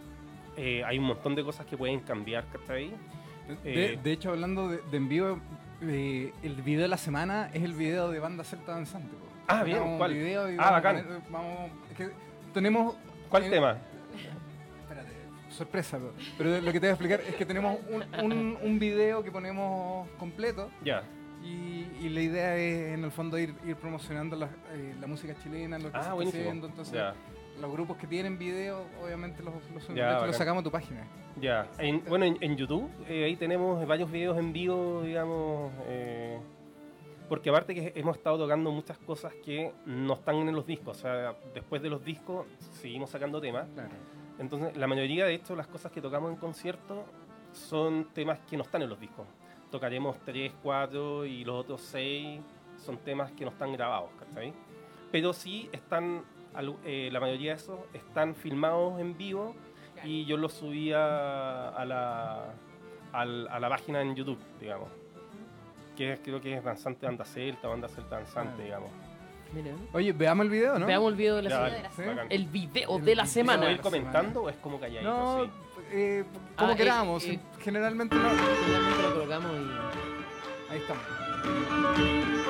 eh, hay un montón de cosas que pueden cambiar, ¿cachai? De, Eh, de hecho, hablando de, de en vivo, eh, el video de la semana es el video de Banda Celta Danzante. Po. Ah, bien, Tenemos un ¿cuál? video y Ah, vamos a bacán. poner- vamos, es que tenemos... ¿Cuál eh, tema? Espérate, sorpresa, pero, pero lo que te voy a explicar es que tenemos un, un, un video que ponemos completo Ya. y, y la idea es en el fondo ir, ir promocionando la, eh, la música chilena, lo que se Ah, está buenísimo. haciendo, entonces Ya. los grupos que tienen video obviamente los, los, subimos. Ya, De hecho, bacán. los sacamos a tu página. Ya, en- bueno, en, en YouTube eh, ahí tenemos varios videos en vivo, digamos, eh, porque aparte que hemos estado tocando muchas cosas que no están en los discos, o sea, después de los discos seguimos sacando temas, Claro. entonces la mayoría de hecho las cosas que tocamos en concierto son temas que no están en los discos, tocaremos tres, cuatro y los otros seis son temas que no están grabados, ¿cachai? Pero sí están, al- eh, la mayoría de esos están filmados en vivo y yo los subía a la, al- a la página en YouTube, digamos. Que es- creo que es Danzante Banda Celta, Banda Celta Danzante, Ah. digamos. Mira, Oye, veamos el video, ¿no? veamos el video de la Ya, semana. vale, de la ¿Sí? bacán. El video El de la video. semana. ¿Puedo de ir la comentando o es como calladito? No, Sí. eh, como Ah, eh, queramos, eh. generalmente no. Finalmente lo colocamos y... Ahí estamos.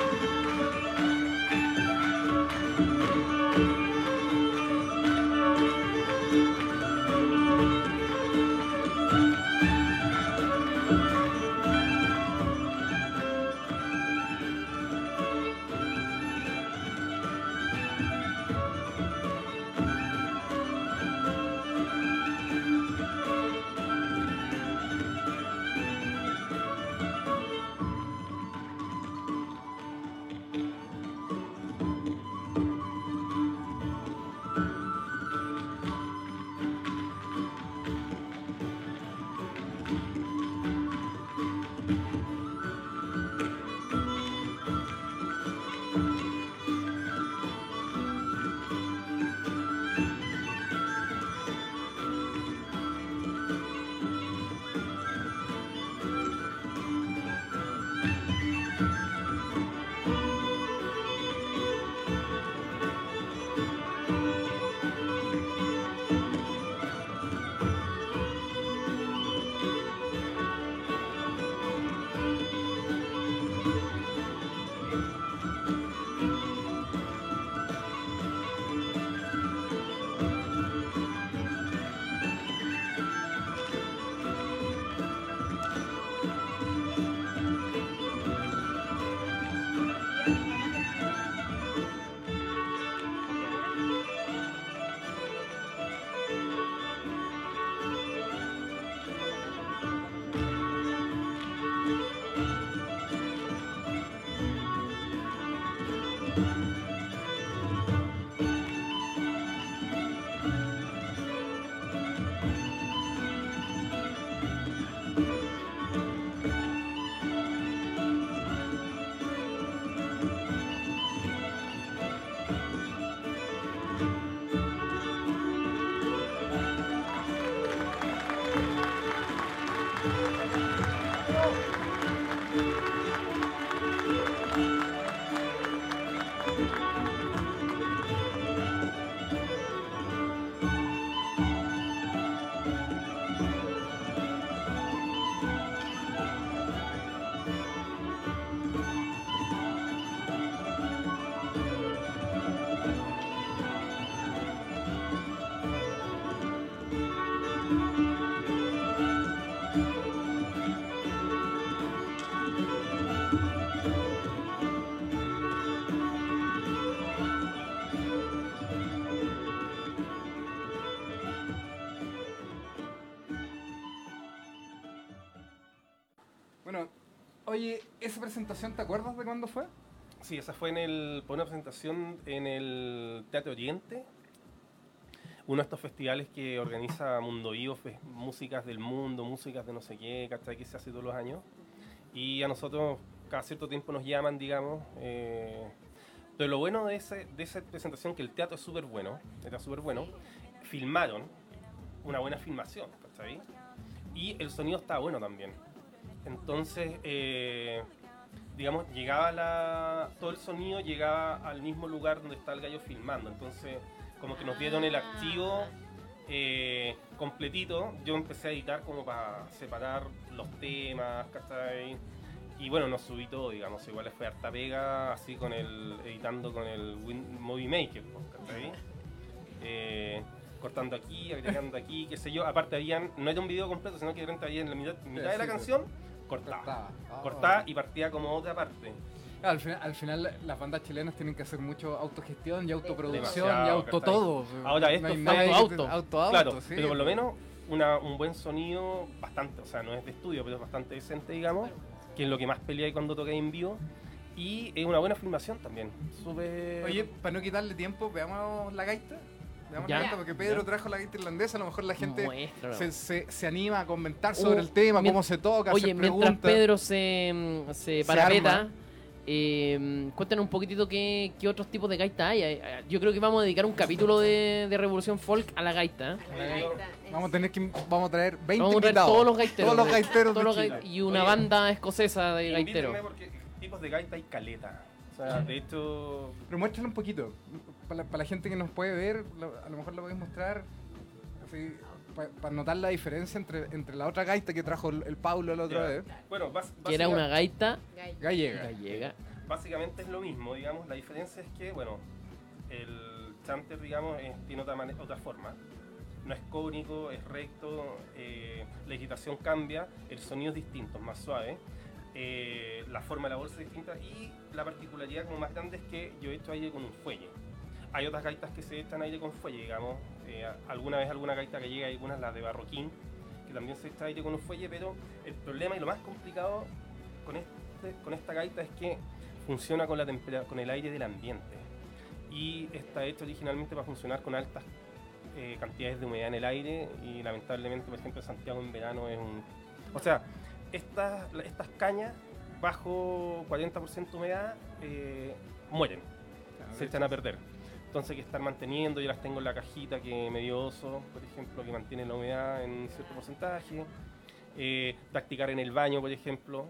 Bueno, oye, ¿esa presentación te acuerdas de cuándo fue? Sí, esa fue en el, fue una presentación en el Teatro Oriente, uno de estos festivales que organiza Mundo Vivo, fe- músicas del mundo, músicas de no sé qué, ¿cachai? Que se hace todos los años. Y a nosotros cada cierto tiempo nos llaman, digamos. eh, pero lo bueno de, ese, de esa presentación, que el teatro es súper bueno, era súper bueno, filmaron una buena filmación, ¿cachai? Y el sonido estaba bueno también. Entonces, eh, digamos, llegaba la, todo el sonido llegaba al mismo lugar donde está el gallo filmando. Entonces, como que nos dieron el archivo eh, completito. Yo empecé a editar como para separar los temas, ¿cachai? y bueno, no subí todo, digamos, igual fue harta pega, así con el, editando con el Win- Movie Maker, ¿cachai? Eh, cortando aquí, agregando aquí, qué sé yo. Aparte habían, no era un video completo, sino que de repente había en la mitad, mitad de la sí, canción, cortaba. Cortaba. Ah, Cortaba y partía como otra parte. Claro, al, final, al final las bandas chilenas tienen que hacer mucho autogestión y autoproducción Demasiado, y auto ¿cachai? todo. Ahora esto no hay fue nadie que te- auto-auto. auto-auto, Claro, sí. pero por lo menos una, un buen sonido bastante, o sea, no es de estudio, pero es bastante decente, digamos, que es lo que más peleáis cuando tocáis en vivo. Y es una buena filmación también. Súper... Oye, para no quitarle tiempo, veamos la gaita. Veamos Ya. la gaita, porque Pedro Ya. trajo la gaita irlandesa, a lo mejor la gente Muéstralo. se, se, se anima a comentar Uh, sobre el tema, mien- cómo se toca, Oye, hacer mientras preguntas. Pedro se, mm, se Se parapeta, arma. eh, cuéntanos un poquitito qué, qué otros tipos de gaita hay. Hay- hay- Yo creo que vamos a dedicar un capítulo de, de Revolución Folk a la gaita. ¿eh? La gaita es- Vamos a tener que vamos a traer veinte Vamos a traer invitados. todos los gaiteros. Todos los de- gaiteros todos de los Chile. gai- y una Oye, banda escocesa de gaiteros. Invítenme porque tipos de gaita hay caleta. O sea, de hecho... Pero muéstralo un poquito. Para la, para la gente que nos puede ver, lo- a lo mejor lo podéis mostrar. Para notar la diferencia entre, entre la otra gaita que trajo el, el Paulo la otra Ya. vez. Bueno, bas- Que era básica- una gaita gaita. Gallega. gallega. básicamente es lo mismo, digamos. La diferencia es que, bueno, el chanter, digamos, es- tiene otra, mane- otra forma. No es cónico, es recto, eh, la digitación cambia, el sonido es distinto, es más suave, eh, la forma de la bolsa es distinta y la particularidad como más grande es que yo he hecho aire con un fuelle. Hay otras gaitas que se echan aire con fuelle, digamos. eh, alguna vez alguna gaita que llega, hay algunas, las de Barroquín, que también se echa aire con un fuelle, pero el problema y lo más complicado con, este, con esta gaita es que funciona con, la tempera- con el aire del ambiente. Y está hecho originalmente para funcionar con altas eh, cantidades de humedad en el aire y lamentablemente, por ejemplo, Santiago en verano es un... O sea, estas, la- estas cañas bajo cuarenta por ciento humedad eh, mueren, se echan a perder. Entonces hay que estar manteniendo, yo las tengo en la cajita que me dio Oso, por ejemplo, que mantiene la humedad en cierto porcentaje. Eh, practicar en el baño, por ejemplo.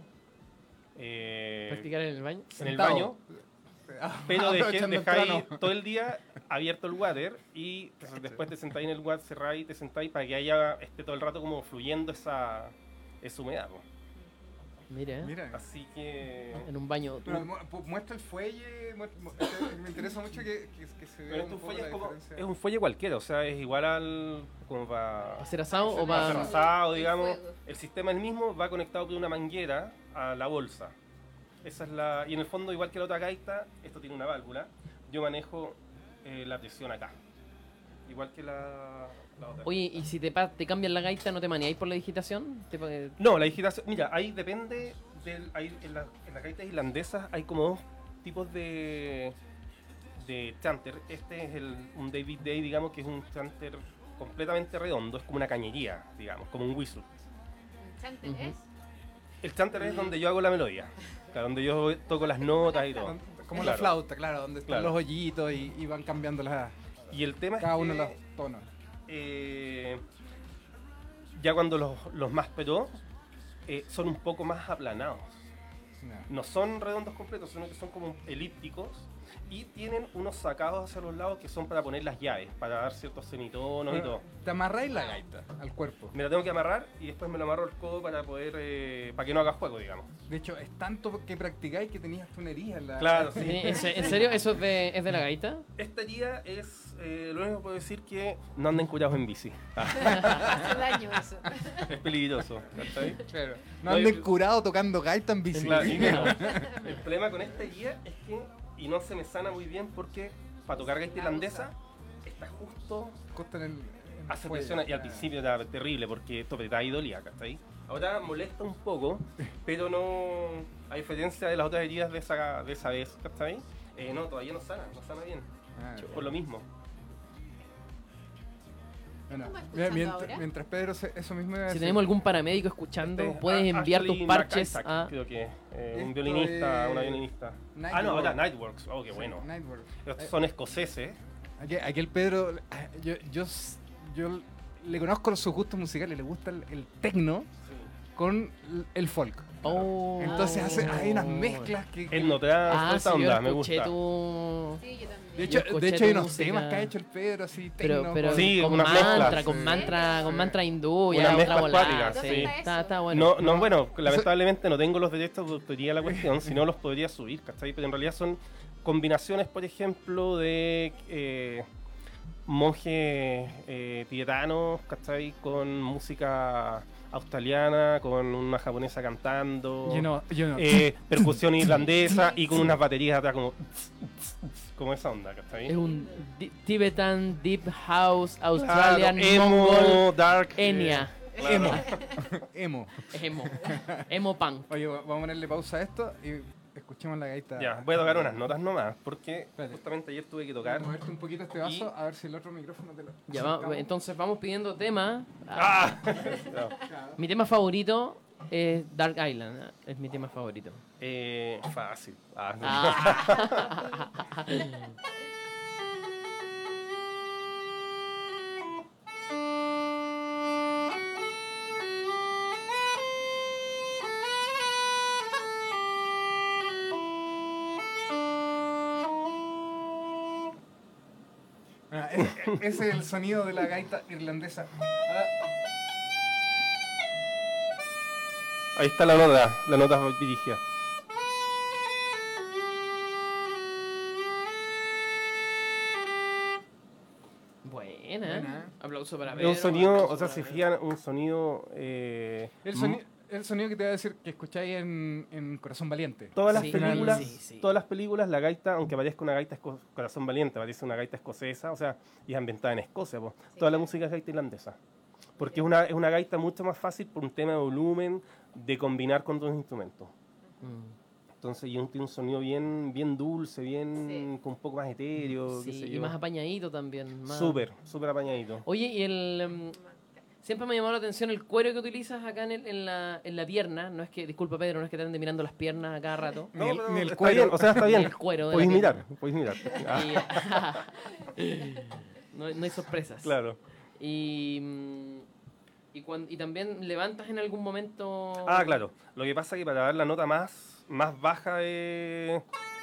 Eh, Practicar en el baño. en el Sentado. baño, pero dejé, Aprovechando el dejáis plano. todo el día abierto el water y pues, después te sentáis en el water, cerráis y te sentáis para que haya esté todo el rato como fluyendo esa, esa humedad. po. Mira, Mira. Así que... en un baño. Pero mu- pu- muestra el fuelle. mu- mu- eh, me interesa mucho que, que, que se Pero vea este un poco fuelle la es, como, diferencia. es un fuelle cualquiera, o sea, es igual al... como para... ¿Hacer asado o para hacer va? asado, El digamos. fuego. El sistema es el mismo, va conectado por una manguera a la bolsa. Esa es la... Y en el fondo, igual que la otra gaita, esto tiene una válvula. Yo manejo eh, la presión acá. Igual que la, la otra. Oye, ¿y si te, pa- te cambian la gaita, no te maneáis por la digitación? Te pa- No, la digitación... Mira, ahí depende... Del, hay, en, la, en las gaitas irlandesas hay como dos tipos de... de chanter. Este es el, un David Day, digamos, que es un chanter completamente redondo. Es como una cañería, digamos, como un whistle. Chanter Ujú. es. El chanter es donde yo hago la melodía, claro, donde yo toco las notas y todo. Como Claro. la flauta, claro, donde están Claro. los hoyitos y, y van cambiando las, Y el tema cada es uno que, de los tonos. eh, ya cuando los, los más pro eh, son un poco más aplanados. Ya. No son redondos completos, sino que son como elípticos y tienen unos sacados hacia los lados que son para poner las llaves, para dar ciertos semitonos y todo. Te amarráis la gaita al cuerpo. Me la tengo que amarrar y después me lo amarro al codo para poder, eh, para que no haga juego, digamos. De hecho, es tanto que practicáis que tenías tu herida en la. Claro, sí. ¿En, se- en serio? ¿Eso es de, es de la gaita? Esta guía es, eh, lo único que puedo decir que no anden curados en bici. Hace daño eso. Es peligroso, ¿cachai? Claro. No No, anden yo- curado tocando gaita en bici. Claro, y claro, el problema con esta guía es que, y no se me sana muy bien porque para tocar gaita irlandesa está justo, Justo en el. en el hace fuelle. presión y al Ah. principio era terrible porque esto apretaba y dolía, ¿cachai? Ahora molesta un poco, pero no, a diferencia de las otras heridas de esa, de esa vez, ¿cachai? Eh, no, todavía no sana, no sana bien, Ah, por lo mismo. bueno, ¿Cómo mira, escuchando mientras, ahora? mientras Pedro, se- eso mismo iba a Si decir. tenemos algún paramédico escuchando, Este, puedes a- enviar tus Ashley parches McIsaac, a... creo que, eh, un Esto violinista, es una violinista. Ah, no, Nightworks. ahora Nightworks, oh, qué Sí, bueno. Nightwork. Estos Eh, son escoceses. Aquí, aquí el Pedro, ah, yo, yo, s- yo le conozco sus gustos musicales, le gusta el, el tecno con el folk. Oh. Entonces hace, hay unas mezclas que... que- El no te da Ah, esta sí, yo onda, me escuché gusta. tu... Sí, yo también. de hecho, yo escuché de hecho hay tu unos música. temas que ha hecho el Pedro así, Pero, tecno, pero con- Sí, con unas mantra, mezclas, con sí. mantra, con Sí. mantra hindú, Unas ya otra mezclas volada. cuáticas, Sí, sí. está, está bueno. No, no, bueno, lamentablemente no tengo los derechos de autoría de la cuestión, si no los podría subir, ¿cachai? Pero en realidad son combinaciones, por ejemplo, de eh, monjes eh, tibetanos, ¿cachai? Con música australiana, con una japonesa cantando, You know, you know. eh, percusión irlandesa y con unas baterías atrás como... como esa onda, ¿cachai? Es un di- Tibetan Deep House Claro, Australian emo, Mongol dark... eh, Enya. claro. Emo. Emo. Emo. Emo punk. Oye, vamos a ponerle pausa a esto y escuchemos la gaita. Ya, voy a tocar unas notas nomás, porque Espérate. justamente ayer tuve que tocar... Moverte un poquito este vaso, Y- a ver si el otro micrófono te lo... Ya va- acercamos. entonces vamos pidiendo temas. ¡Ah! No. Mi tema favorito es Dark Island. ¿eh? Es mi tema favorito. Eh, fácil. Ah, no. Ah. Ah, ese, ese es el sonido de la gaita irlandesa. Ah, Ahí está la nota, la nota dirigida. Buena. Buena. Aplauso para Es Pedro. un sonido, aplauso o sea, para si Pedro. fijan, un sonido... Eh, el, soni- el sonido que te voy a decir que escucháis en, en Corazón Valiente. Todas las Sí, películas, sí, sí. todas las películas, la gaita, aunque parezca una gaita esco- corazón valiente, parece una gaita escocesa, o sea, y es ambientada en Escocia, pues. Toda la música es gaita irlandesa. Porque es una, es una gaita mucho más fácil por un tema de volumen, de combinar con dos instrumentos. Mm. Entonces, y un, tiene un sonido bien, bien dulce, bien Sí. con un poco más etéreo, qué Sí, sé y yo. más apañadito también. más- Súper, súper apañadito. Oye, y el... em, siempre me llamó la atención el cuero que utilizas acá en, el- en la, en la pierna. No es que, disculpa Pedro, no es que te ande mirando las piernas a cada rato. Ni el- pero ni el está cuero. bien, o sea, está Ni bien. el cuero de Podéis la mirar, podéis mirar. Ah, Y- no, no hay sorpresas. claro. Y, mm, y, cuan- y también levantas en algún momento... Ah, claro. Lo que pasa es que para dar la nota más, más baja eh,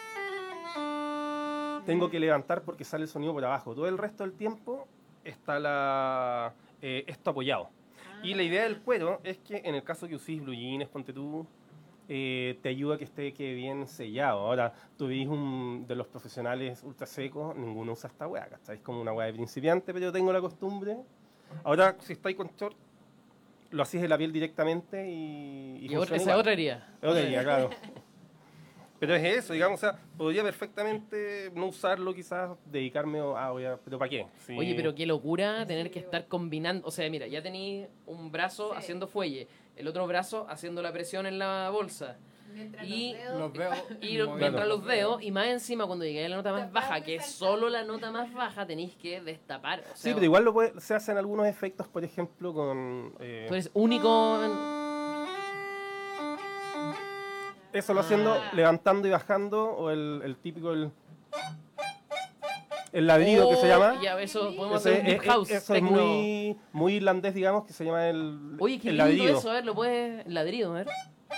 tengo que levantar porque sale el sonido por abajo. Todo el resto del tiempo está la, eh, esto apoyado. Y la idea del cuero es que en el caso que uséis blue jeans, ponte tú, eh, te ayuda a que esté quede bien sellado. Ahora, tú veis un de los profesionales ultra secos, ninguno usa esta weá, ¿cachai? Es como una weá de principiante, pero yo tengo la costumbre. Ahora, si estáis con short, lo hacéis en la piel directamente y, y Y otra, funciona esa es igual. otra herida. Es otra idea, claro. Pero es eso, digamos, o sea, podría perfectamente no usarlo, quizás dedicarme a, voy a- pero ¿para qué? Sí. Oye, pero qué locura tener que estar combinando. O sea, mira, ya tenéis un brazo Sí. haciendo fuelle, el otro brazo haciendo la presión en la bolsa. Mientras Y los dedos... Los veo Y moviendo mientras los dedos, y más encima cuando llegáis a la nota más Tapar baja, de que es saltar. solo la nota más baja, tenéis que destapar. O sea, Sí, pero igual lo puede- se hacen algunos efectos, por ejemplo, con... eh, tú eres único. en- eso lo haciendo Ah. levantando y bajando, o el, el típico... El, el ladrido que se llama. Ya, eso podemos Ese- hacer un deep eh, eh, house. eso es techno. muy, muy irlandés, digamos, que se llama el, Oye, qué el lindo ladrido. eso, a ver, lo puedes. Ladrido, a ver.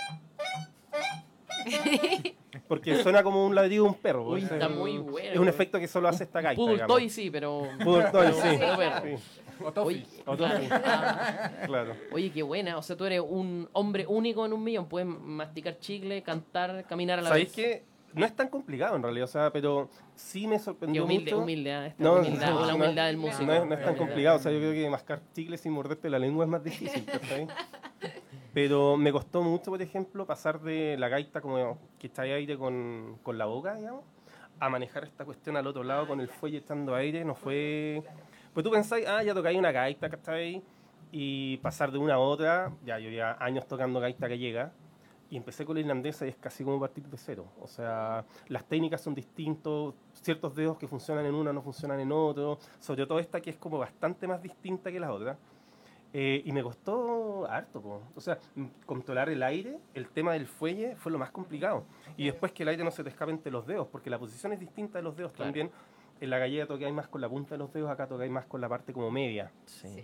Porque suena como un ladrido de un perro. Uy, es está el- muy bueno. Es un efecto que solo hace esta gaita, Poodle digamos. Toy sí, pero. Poodle Toy, sí. pero perro. Sí, O toffee. Oye, O toffee. ah, claro. oye, qué buena. O sea, tú eres un hombre único en un millón. Puedes masticar chicle, cantar, caminar a la ¿Sabéis vez. que no es tan complicado en realidad? O sea, pero sí me Qué sorprendió humilde, mucho. humilde, ¿eh? Esta No, humildad, no, la no, humildad del músico. No es, no es tan Eh, complicado, o sea, yo creo que mascar chicles sin morderte la lengua es más difícil, ¿cachai? Pero me costó mucho, por ejemplo, pasar de la gaita como que está aire con, con la boca, digamos, a manejar esta cuestión al otro lado con el fuelle echando aire. No fue... Pues tú pensáis, ah, ya tocáis una gaita, ¿cachai? Y pasar de una a otra, ya yo llevo años tocando gaita gallega, y empecé con la irlandesa y es casi como partir de cero. O sea, las técnicas son distintos, ciertos dedos que funcionan en una no funcionan en otro, sobre todo esta que es como bastante más distinta que las otras. Eh, y me costó harto, po. O sea, m- controlar el aire, el tema del fuelle fue lo más complicado. Y después que el aire no se te escape entre los dedos, porque la posición es distinta de los dedos Claro. también. En la gallega tocáis más con la punta de los dedos, acá tocáis más con la parte como media. Sí. Sí, me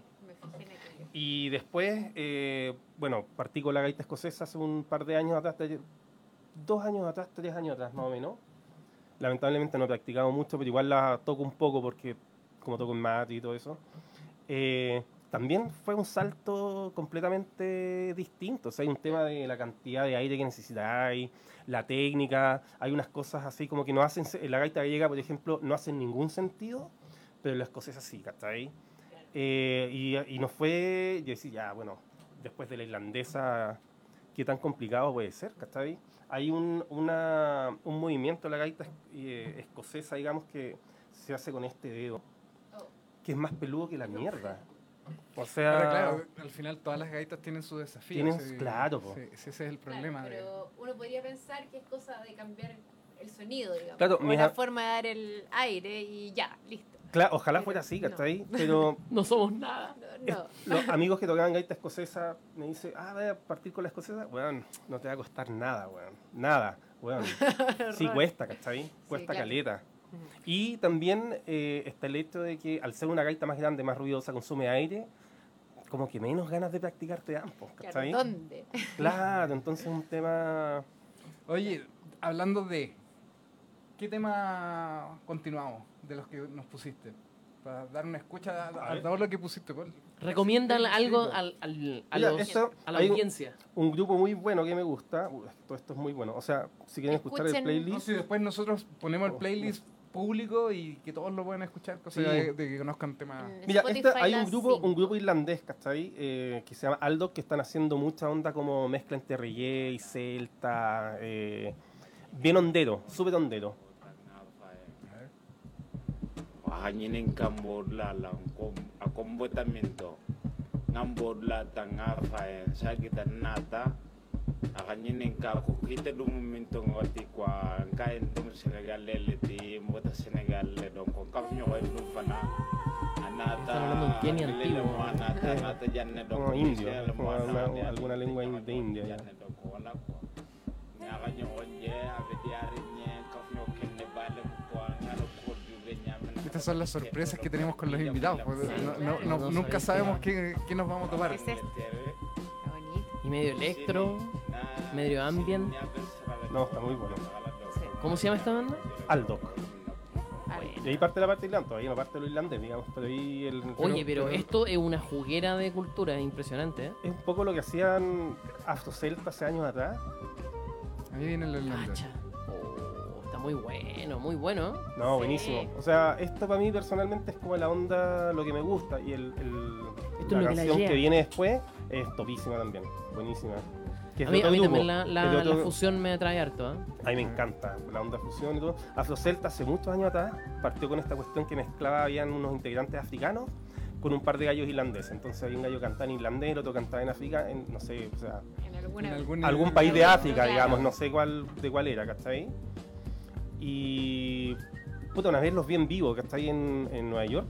Tiene que- Y después, eh, bueno, partí con la gaita escocesa hace un par de años atrás, de- dos años atrás, tres años atrás más o menos. Lamentablemente no he practicado mucho, pero igual la toco un poco porque como toco en mate y todo eso. Eh, también fue un salto completamente distinto. O sea, hay un tema de la cantidad de aire que necesitáis, la técnica, hay unas cosas así como que no hacen, en la gaita gallega, por ejemplo, no hacen ningún sentido, pero en la escocesa sí, ¿cachai? Eh, y, y nos fue, yo decía, ya, bueno, después de la irlandesa, ¿qué tan complicado puede ser, ¿cachai? Hay un, una, un movimiento en la gaita eh, escocesa, digamos, que se hace con este dedo, que es más peludo que la mierda. O sea, Ahora, claro, al final todas las gaitas tienen su desafío. Tienen- sí, claro, po. sí, ese es el Claro, problema. de- pero uno podría pensar que es cosa de cambiar el sonido, digamos. Claro, o mis la a- forma de dar el aire y ya, listo. cla- ojalá Pero fuera así, no. ¿cachai? Pero No somos nada. No, es- no. los amigos que tocaban gaita escocesa me dicen, ah, voy a partir con la escocesa, weón, no te va a costar nada, weón, nada, weón. Sí cuesta, ¿cachai? Cuesta claro. caleta. Y también eh, está el hecho de que al ser una gaita más grande, más ruidosa, consume aire, como que menos ganas de practicar te dan, po, Claro, ¿cachai? ¿dónde? Claro, entonces es un tema... Oye, hablando de... ¿Qué tema continuamos de los que nos pusiste? Para dar una escucha a, a A ver. todo lo que pusiste, Paul. Recomiendan Sí, algo sí, al, al- a, Mira, los- esto- a la hay un- audiencia. Un grupo muy bueno que me gusta, uh, todo esto es muy bueno, o sea, si quieren escuchar el Escuchen- No, playlist... si después nosotros ponemos el Oh, playlist público y que todos lo puedan escuchar, cosa Sí. de, de que conozcan temas. En Mira, Spotify esta- hay un las grupo, cinco. un grupo irlandés, ¿cachai? Eh, que se llama Aldo, que están haciendo mucha onda como mezcla entre reggae y celta, eh, bien hondero, súper hondero. Hanyinin kambor la lang kom akombotamiento ngambor la tanga faen sakita nata akanyinin ka ko kita dum minto ngoti kwa kain dum Senegal le ti mota Senegal le don ko kaf nyo ko dum fana anata Están hablando un Kenia antiguo. anata anata janne don Como indio, como una- alguna lengua in- de India, ya. janne don ko wala ko ngaganyo onje abediari nye kaf nyo kenne bale ko ngalo ko juve nyame. Estas son las sorpresas que tenemos con los invitados. pues, no- no- no- No nunca sabía sabemos qué, qué nos vamos a tomar. ¿Qué es esto? Está bonito. Y medio electro. medio ambient. No, está muy bueno. Sí. ¿Cómo se llama esta banda? Aldo. Ah, Y ahí parte la parte irlandesa, todavía no parte lo irlandés, digamos, pero ahí el... Oye, pero esto es una juguera de cultura, es impresionante, ¿eh? Es un poco lo que hacían Afrocelta hace años atrás. Ahí viene el irlandés. Cacha. Oh, está muy bueno, muy bueno. No, Sí. buenísimo. O sea, esto para mí personalmente es como la onda, lo que me gusta. Y el, el- Esto la es lo que la canción lleva. que viene después es topísima también. Buenísima. Que es A de mí, a otro mí grupo, también la, es la- de otro- la fusión me atrae harto, ¿eh? A mí me encanta la onda fusión y todo. Afrocelta hace muchos años atrás partió con esta cuestión que mezclaba, habían unos integrantes africanos con un par de gallos irlandeses. Entonces había un gallo que cantaba en irlandés, el otro cantaba en África, en, no sé, o sea, En alguna... En algún- algún país de África, Claro. digamos, no sé cuál de cuál era, ¿cachai? Y puta, una vez los vi en vivo, ¿cachai? En, en Nueva York.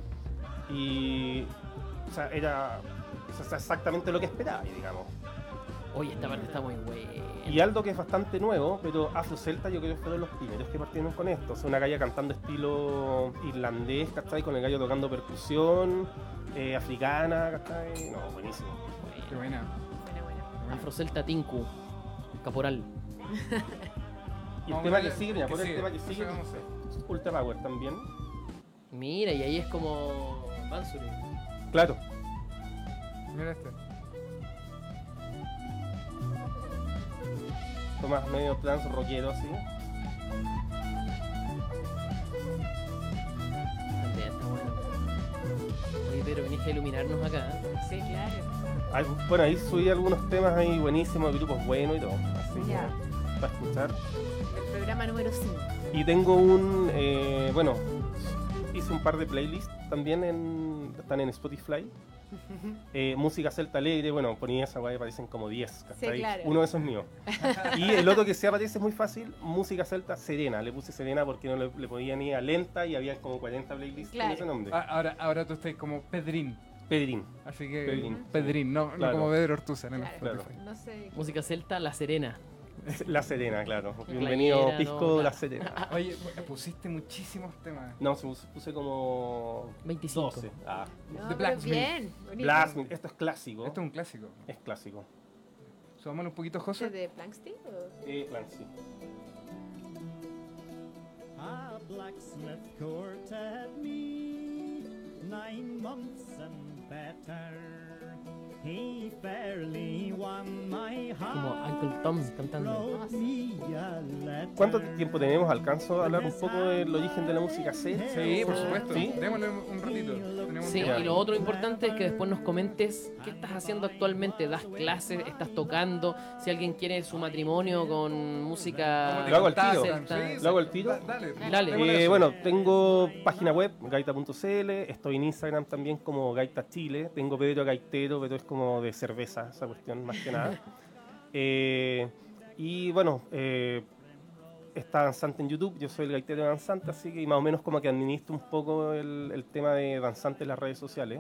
Y o sea, era o sea, exactamente lo que esperaba, digamos. Oye, esta parte está muy buena. Y Aldo, que es bastante nuevo, pero Afrocelta yo creo que fueron los primeros que partieron con esto. O sea, una galla cantando estilo irlandés, ¿cachai? Con el gallo tocando percusión, eh, africana, ¿cachai? No, buenísimo. Qué buena. Buena, buena. Afrocelta Tinku, Caporal. Y el Vamos tema a que ver sigue, mira, qué por el sigue. tema que Eso sigue, vamos a hacer. Ultra Power también. Mira, y ahí es como Bansuri. Claro. Mira este. Tomás medio trans rockero así. También está bueno. Oye, pero venís a iluminarnos acá. ¿eh? Sí, claro. Ay, bueno, ahí subí algunos temas ahí buenísimos, de grupos buenos y todo. Así que, Ya. para escuchar. El programa número cinco. Y tengo un, eh, bueno, hice un par de playlists también, en, están en Spotify. Eh, música celta alegre, bueno, ponía esa guay, aparecen como diez, ¿cachai? claro. Uno de esos es mío. Y el otro que se aparece es muy fácil, música celta serena. Le puse serena porque no le, le podía ni a lenta y había como cuarenta playlists Claro. con ese nombre. Ah, ahora, ahora tú estás como Pedrín. Pedrín. Así que Pedrín. Pedrín, no, no Claro. como Pedro Ortuzar en Claro. Spotify. No sé. Música celta La Serena. La Serena, claro. Bienvenido, Playera, Pisco no, La claro. Serena. Oye, pusiste muchísimos temas. No, se puse, puse como veinticinco. doce. Ah. No, The pero Blacksmith. bien. bonito. Blasphemy, esto es clásico. Esto es un clásico. Es clásico. Subámosle un poquito, ¿Este José. de Plankstein? o? Eh, Clancy. A blacksmith courted me nine months and better. He fairly won my Como heart. Uncle Tom cantando. Wrote me a letter. ¿Cuánto tiempo tenemos? ¿Alcanzo a hablar un poco del origen de la música C? Sí, por supuesto. ¿Sí? Démosle un ratito. Tenemos Sí, un Ya. y lo otro importante es que después nos comentes qué estás haciendo actualmente. ¿Das clases? ¿Estás tocando? Si alguien quiere su matrimonio con música Lo hago al tiro. celta. ¿Lo hago al tiro? Da- Dale, Dale. démosle Eh, eso. bueno, tengo página web, gaita punto c l, estoy en Instagram también como Gaita Chile, tengo Pedro Gaitero, pero es como de cerveza esa cuestión más que nada. Eh, y bueno, eh, está Danzante en YouTube, yo soy el gaitero danzante, así que más o menos como que administro un poco el, el tema de danzante en las redes sociales,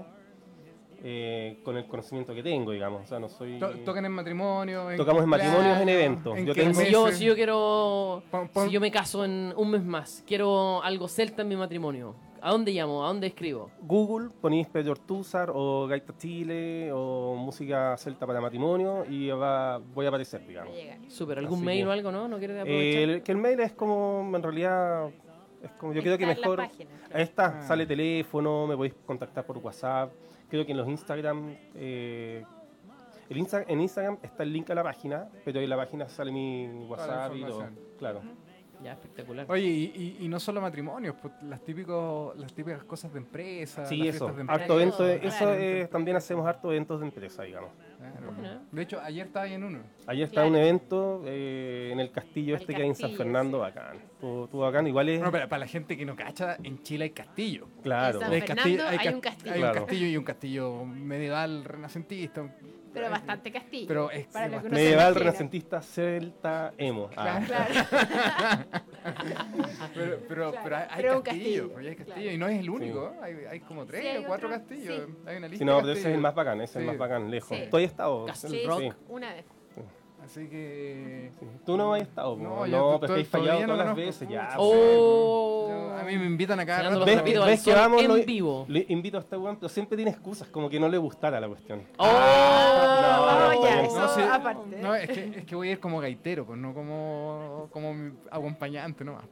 eh, con el conocimiento que tengo, digamos, o sea, no soy... To- Tocan en matrimonio. En Tocamos en matrimonios, en eventos. ¿En Yo qué tengo- Si yo, meses? si yo quiero. Pon- pon- Si yo me caso en un mes más, quiero algo celta en mi matrimonio. ¿A dónde llamo? ¿A dónde escribo? Google, ponéis Pedro Ortúzar o Gaita Chile o música celta para matrimonio y va, voy a aparecer, Va a digamos. llegar. Súper, ¿algún Así mail que- o algo, no? ¿No quieres Eh, aprovechar? el, que el mail es como, en realidad, es como, yo creo que Está en la mejor... página. Ahí está, Ah. sale teléfono, me podéis contactar por WhatsApp. Creo que en los Instagram, eh, el Insta- en Instagram está el link a la página, pero en la página sale mi WhatsApp y todo. información. Claro. Ya, espectacular. Oye, y, y- y no solo matrimonios, pues, las, típicos, las típicas cosas de empresa. Sí, las eso. fiestas de empresa. Harto evento, de- Claro. eso eh, también hacemos harto eventos de empresa, digamos. Claro. Buena. De hecho, ayer estaba ahí en uno. Ayer está Claro. un evento eh, en el castillo El este que hay en San castillo, Fernando, sí. bacán. Estuvo estuvo bacán, igual es... Bueno, para, para la gente que no cacha, en Chile hay castillo. Claro. San Hay Fernando hay cas- un castillo. Hay Claro. un castillo y un castillo medieval, renacentista. Pero bastante castillo. Pero es para lo que uno se Medieval, imagina. renacentista, celta, emo. Ah. Claro. Pero, pero, Claro, pero hay, hay pero un castillo, castillo, pues, hay castillo, claro. y no es el único, ¿eh? hay, hay como tres Sí, hay o cuatro otro, castillos. sí. Hay una lista Sí, no, de pero ese es el castillos. más bacán, ese es el Sí. más bacán, lejos. Sí. ¿Tú has estado? Castle Sí, Rock. una vez. Así que. Sí. Tú no has estado, No, no, yo no to- pero to- has fallado todavía no todas las conozco. veces ya. ¡Oh! yo- a mí me invitan a cada Tirando rato. los ¿Ves, trapitos ves al que sol vamos? en Lo- vivo. Le invito a este weón, pero siempre tiene excusas, como que no le gustara la cuestión. ¡Oh! no, Oh, ya, no, eso No, sí, aparte. no, es que, es que voy a ir como gaitero, pues no como, como mi acompañante nomás.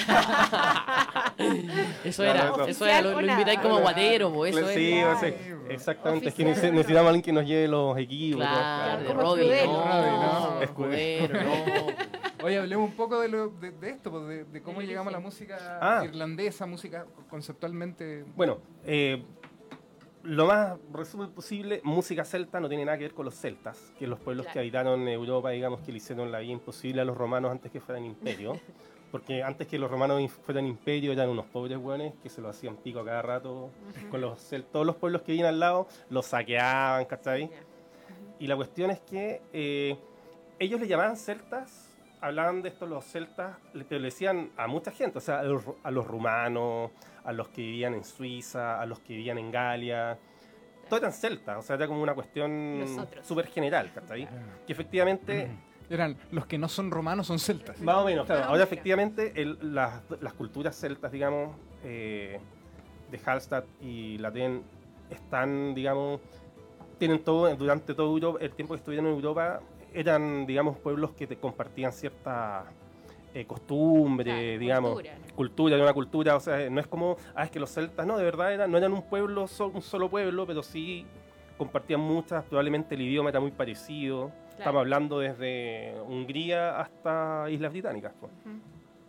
Ah, Eso No, era, no, eso- eso era, lo, Oficial o lo invitáis nada. como guatero, po, eso sí, es. o sea, Ay, exactamente, es que Oficial. nece- necesitamos a alguien que nos lleve los equipos. todo, Claro, de como Roddy, escudero. no, Roddy, no. escudero, no. Oye, hablemos un poco de, lo, de, de esto, pues, de, de cómo Del llegamos a la origen. música Ah. irlandesa, música conceptualmente. Bueno, eh, lo más resumen posible, música celta no tiene nada que ver con los celtas, que los pueblos que Claro. habitaron Europa, digamos, que le hicieron la vida imposible a los romanos antes que fueran imperio. Porque antes que los romanos inf- fueran imperio eran unos pobres hueones que se lo hacían pico a cada rato con los cel- todos los pueblos que vivían al lado, los saqueaban, ¿cachai? Ya. Y la cuestión es que eh, ellos le llamaban celtas, hablaban de esto los celtas, le- pero le decían a mucha gente, o sea, a los, ru- a los rumanos, a los que vivían en Suiza, a los que vivían en Galia, todos eran celtas, o sea, era como una cuestión Los otros. súper general, ¿cachai? Que efectivamente... Eran los que no son romanos, son celtas. Más o menos, claro. Ah, Ahora mira. efectivamente el- las, las culturas celtas, digamos, eh, de Hallstatt y Latén están, digamos, tienen todo, durante todo Europa, el tiempo que estuvieron en Europa, eran, digamos, pueblos que te compartían cierta eh, costumbre, Claro, digamos, cultura, ¿no? cultura, de una cultura, o sea, no es como, ah, es que los celtas, no, de verdad eran, no eran un pueblo, so- un solo pueblo, pero sí compartían muchas, probablemente el idioma era muy parecido. Estamos hablando desde Hungría hasta Islas Británicas. Pues. Ujú.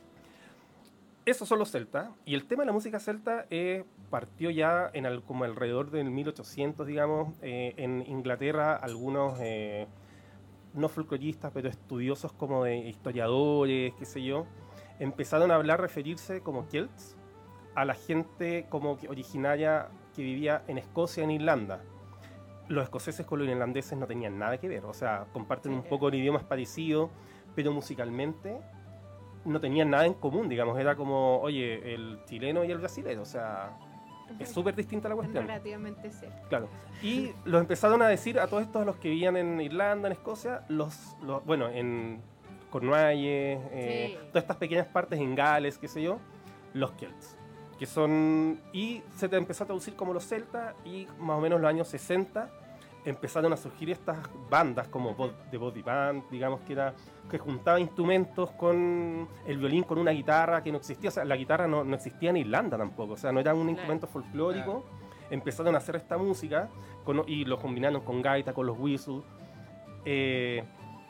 Esos son los celtas. Y el tema de la música celta eh, partió ya en al- como alrededor del mil ochocientos, digamos. Eh, en Inglaterra, algunos, eh, no folcloristas, pero estudiosos como de historiadores, qué sé yo, empezaron a hablar, referirse como Celts a la gente como que originaria que vivía en Escocia, en Irlanda. Los escoceses con los irlandeses no tenían nada que ver, o sea, comparten un poco de idiomas parecidos, pero musicalmente no tenían nada en común, digamos, era como, oye, el chileno y el brasilero, o sea, es súper distinta la Es cuestión. relativamente cerca. Claro. Y los empezaron a decir a todos estos, a los que vivían en Irlanda, en Escocia, los, los bueno, en Cornualles, eh, Sí. todas estas pequeñas partes en Gales, qué sé yo, los Celts. Que son, y se te empezó a traducir como los celtas, y más o menos en los años sesenta empezaron a surgir estas bandas como Bo- The Body Band, digamos que era que juntaba instrumentos con el violín con una guitarra que no existía, o sea, la guitarra no, no existía en Irlanda tampoco, o sea, no era un instrumento folclórico. Empezaron a hacer esta música con- y lo combinaron con gaita, con los whistles. Eh,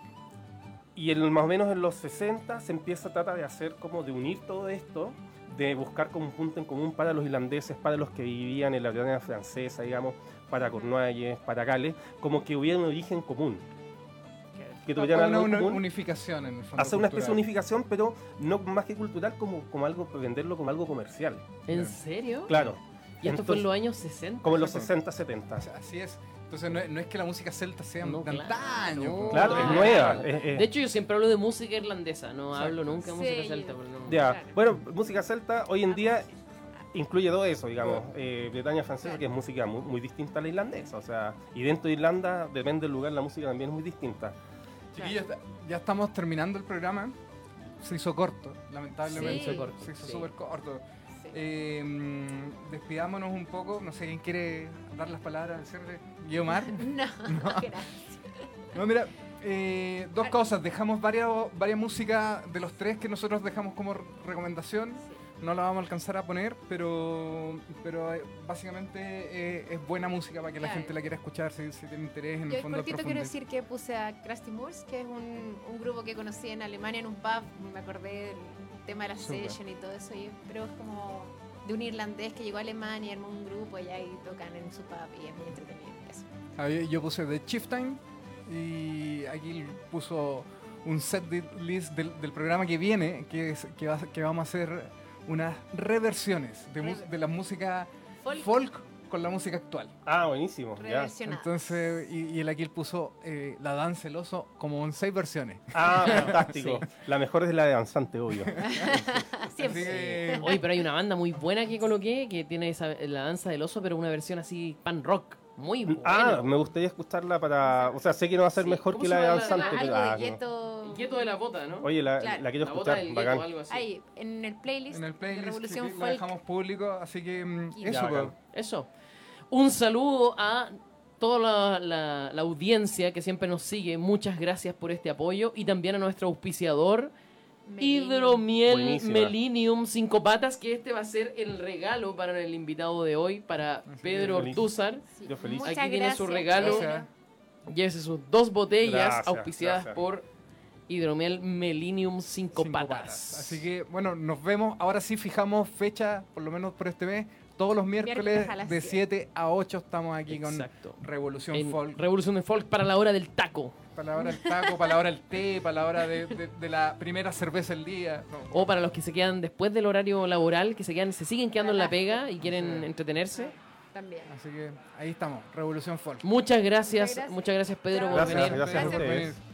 y en, más o menos en los sesenta se empieza a tratar de hacer como de unir todo esto, de buscar como un punto en común para los irlandeses, para los que vivían en la Guiana francesa, digamos, para Cornualles, para Gales, como que hubiera un origen común. Que tuvieran Una, algo en una común. unificación en el fondo. Hacer una especie de cultural. unificación, pero no más que cultural, como, como algo, venderlo como algo comercial. ¿En serio? Claro. ¿Y esto fue en los años sesenta? Como en los sesenta, setenta. Así es. Entonces no es, no es que la música celta sea No, de claro. antaño. Claro, es Ah. nueva. es- es- De hecho, yo siempre hablo de música irlandesa, no Exacto. hablo nunca de Sí, música yo- celta. pero no- Ya, Claro. bueno, música celta hoy en día incluye todo eso, digamos. Eh, Bretaña francesa, que es música muy, muy distinta a la irlandesa, o sea, y dentro de Irlanda, depende del lugar, la música también es muy distinta. Chiquillos, ya estamos terminando el programa. Se hizo corto, lamentablemente. Sí. Se hizo corto, Se hizo sí. súper corto. Sí. Eh, mm, despidámonos un poco. No sé quién quiere dar las palabras al cierre. Guiomar. No, gracias. No, mira, eh, dos cosas. Dejamos varias, varias músicas de los tres que nosotros dejamos como re- recomendación. No la vamos a alcanzar a poner, pero, pero eh, básicamente eh, es buena música para que la Claro. gente la quiera escuchar si, si tiene interés en Yo el fondo de cortito quiero profundizar. decir que puse a Krusty Moors, que es un, un grupo que conocí en Alemania en un pub. Me acordé del tema de la Súper. session y todo eso, y- pero es como de un irlandés que llegó a Alemania, armó un grupo allá y tocan en su pub y es muy entretenido. Eso. Ah, yo- Yo puse The Chieftain y aquí puso un set de- list del, del programa que viene, que, es, que, va- que vamos a hacer unas reversiones de, mus- de la música Folk. folk con la música actual. Ah, buenísimo. Ya. Reversionado. Entonces, y, y él aquí él puso eh, La Danza del Oso como en seis versiones. Ah, fantástico. La mejor es la de danzante, obvio. Siempre. Así que, Oye, pero hay una banda muy buena que coloqué que tiene esa, la danza del oso, pero una versión así pan rock. Muy buena. Ah, me gustaría escucharla para... O sea, sé que no va a ser Sí, mejor ¿cómo que se la de llama la- danzante, Algo pero... ah, de no. gueto. Quieto de la bota, ¿no? Oye, la, Claro. la quiero la bota escuchar, del gueto bacán. o algo así. Ahí, en el playlist, en el de playlist Revolución que la Folk. dejamos público, así que mm, Y- eso. Ya, pues. bacán. Eso. Un saludo a toda la, la- la audiencia que siempre nos sigue. Muchas gracias por este apoyo. Y también a nuestro auspiciador, Melino. Hidromiel Buenísima. Melinium cinco patas, que este va a ser el regalo para el invitado de hoy, para que Pedro feliz. Ortúzar. Sí, Yo feliz. muchas Aquí tiene su gracias, regalo. Pedro. Llévese sus dos botellas Gracias, auspiciadas gracias. por Hidromiel Melinium cinco, Cinco patas. patas. Así que, bueno, nos vemos. Ahora sí fijamos fecha, por lo menos por este mes. Todos los miércoles, Miércoles a las de siete. siete a ocho estamos aquí Exacto. con Revolución En Folk. Revolución de Folk para la hora del taco. Para la hora del taco, para la hora del té, para la hora de, de- de la primera cerveza del día. No. O para los que se quedan después del horario laboral, que se quedan, se siguen quedando en la pega y quieren entretenerse. También. Así que ahí estamos, Revolución Folk. Muchas gracias, Muchas gracias. muchas gracias Pedro por Gracias, venir. gracias a Gracias por ustedes. venir.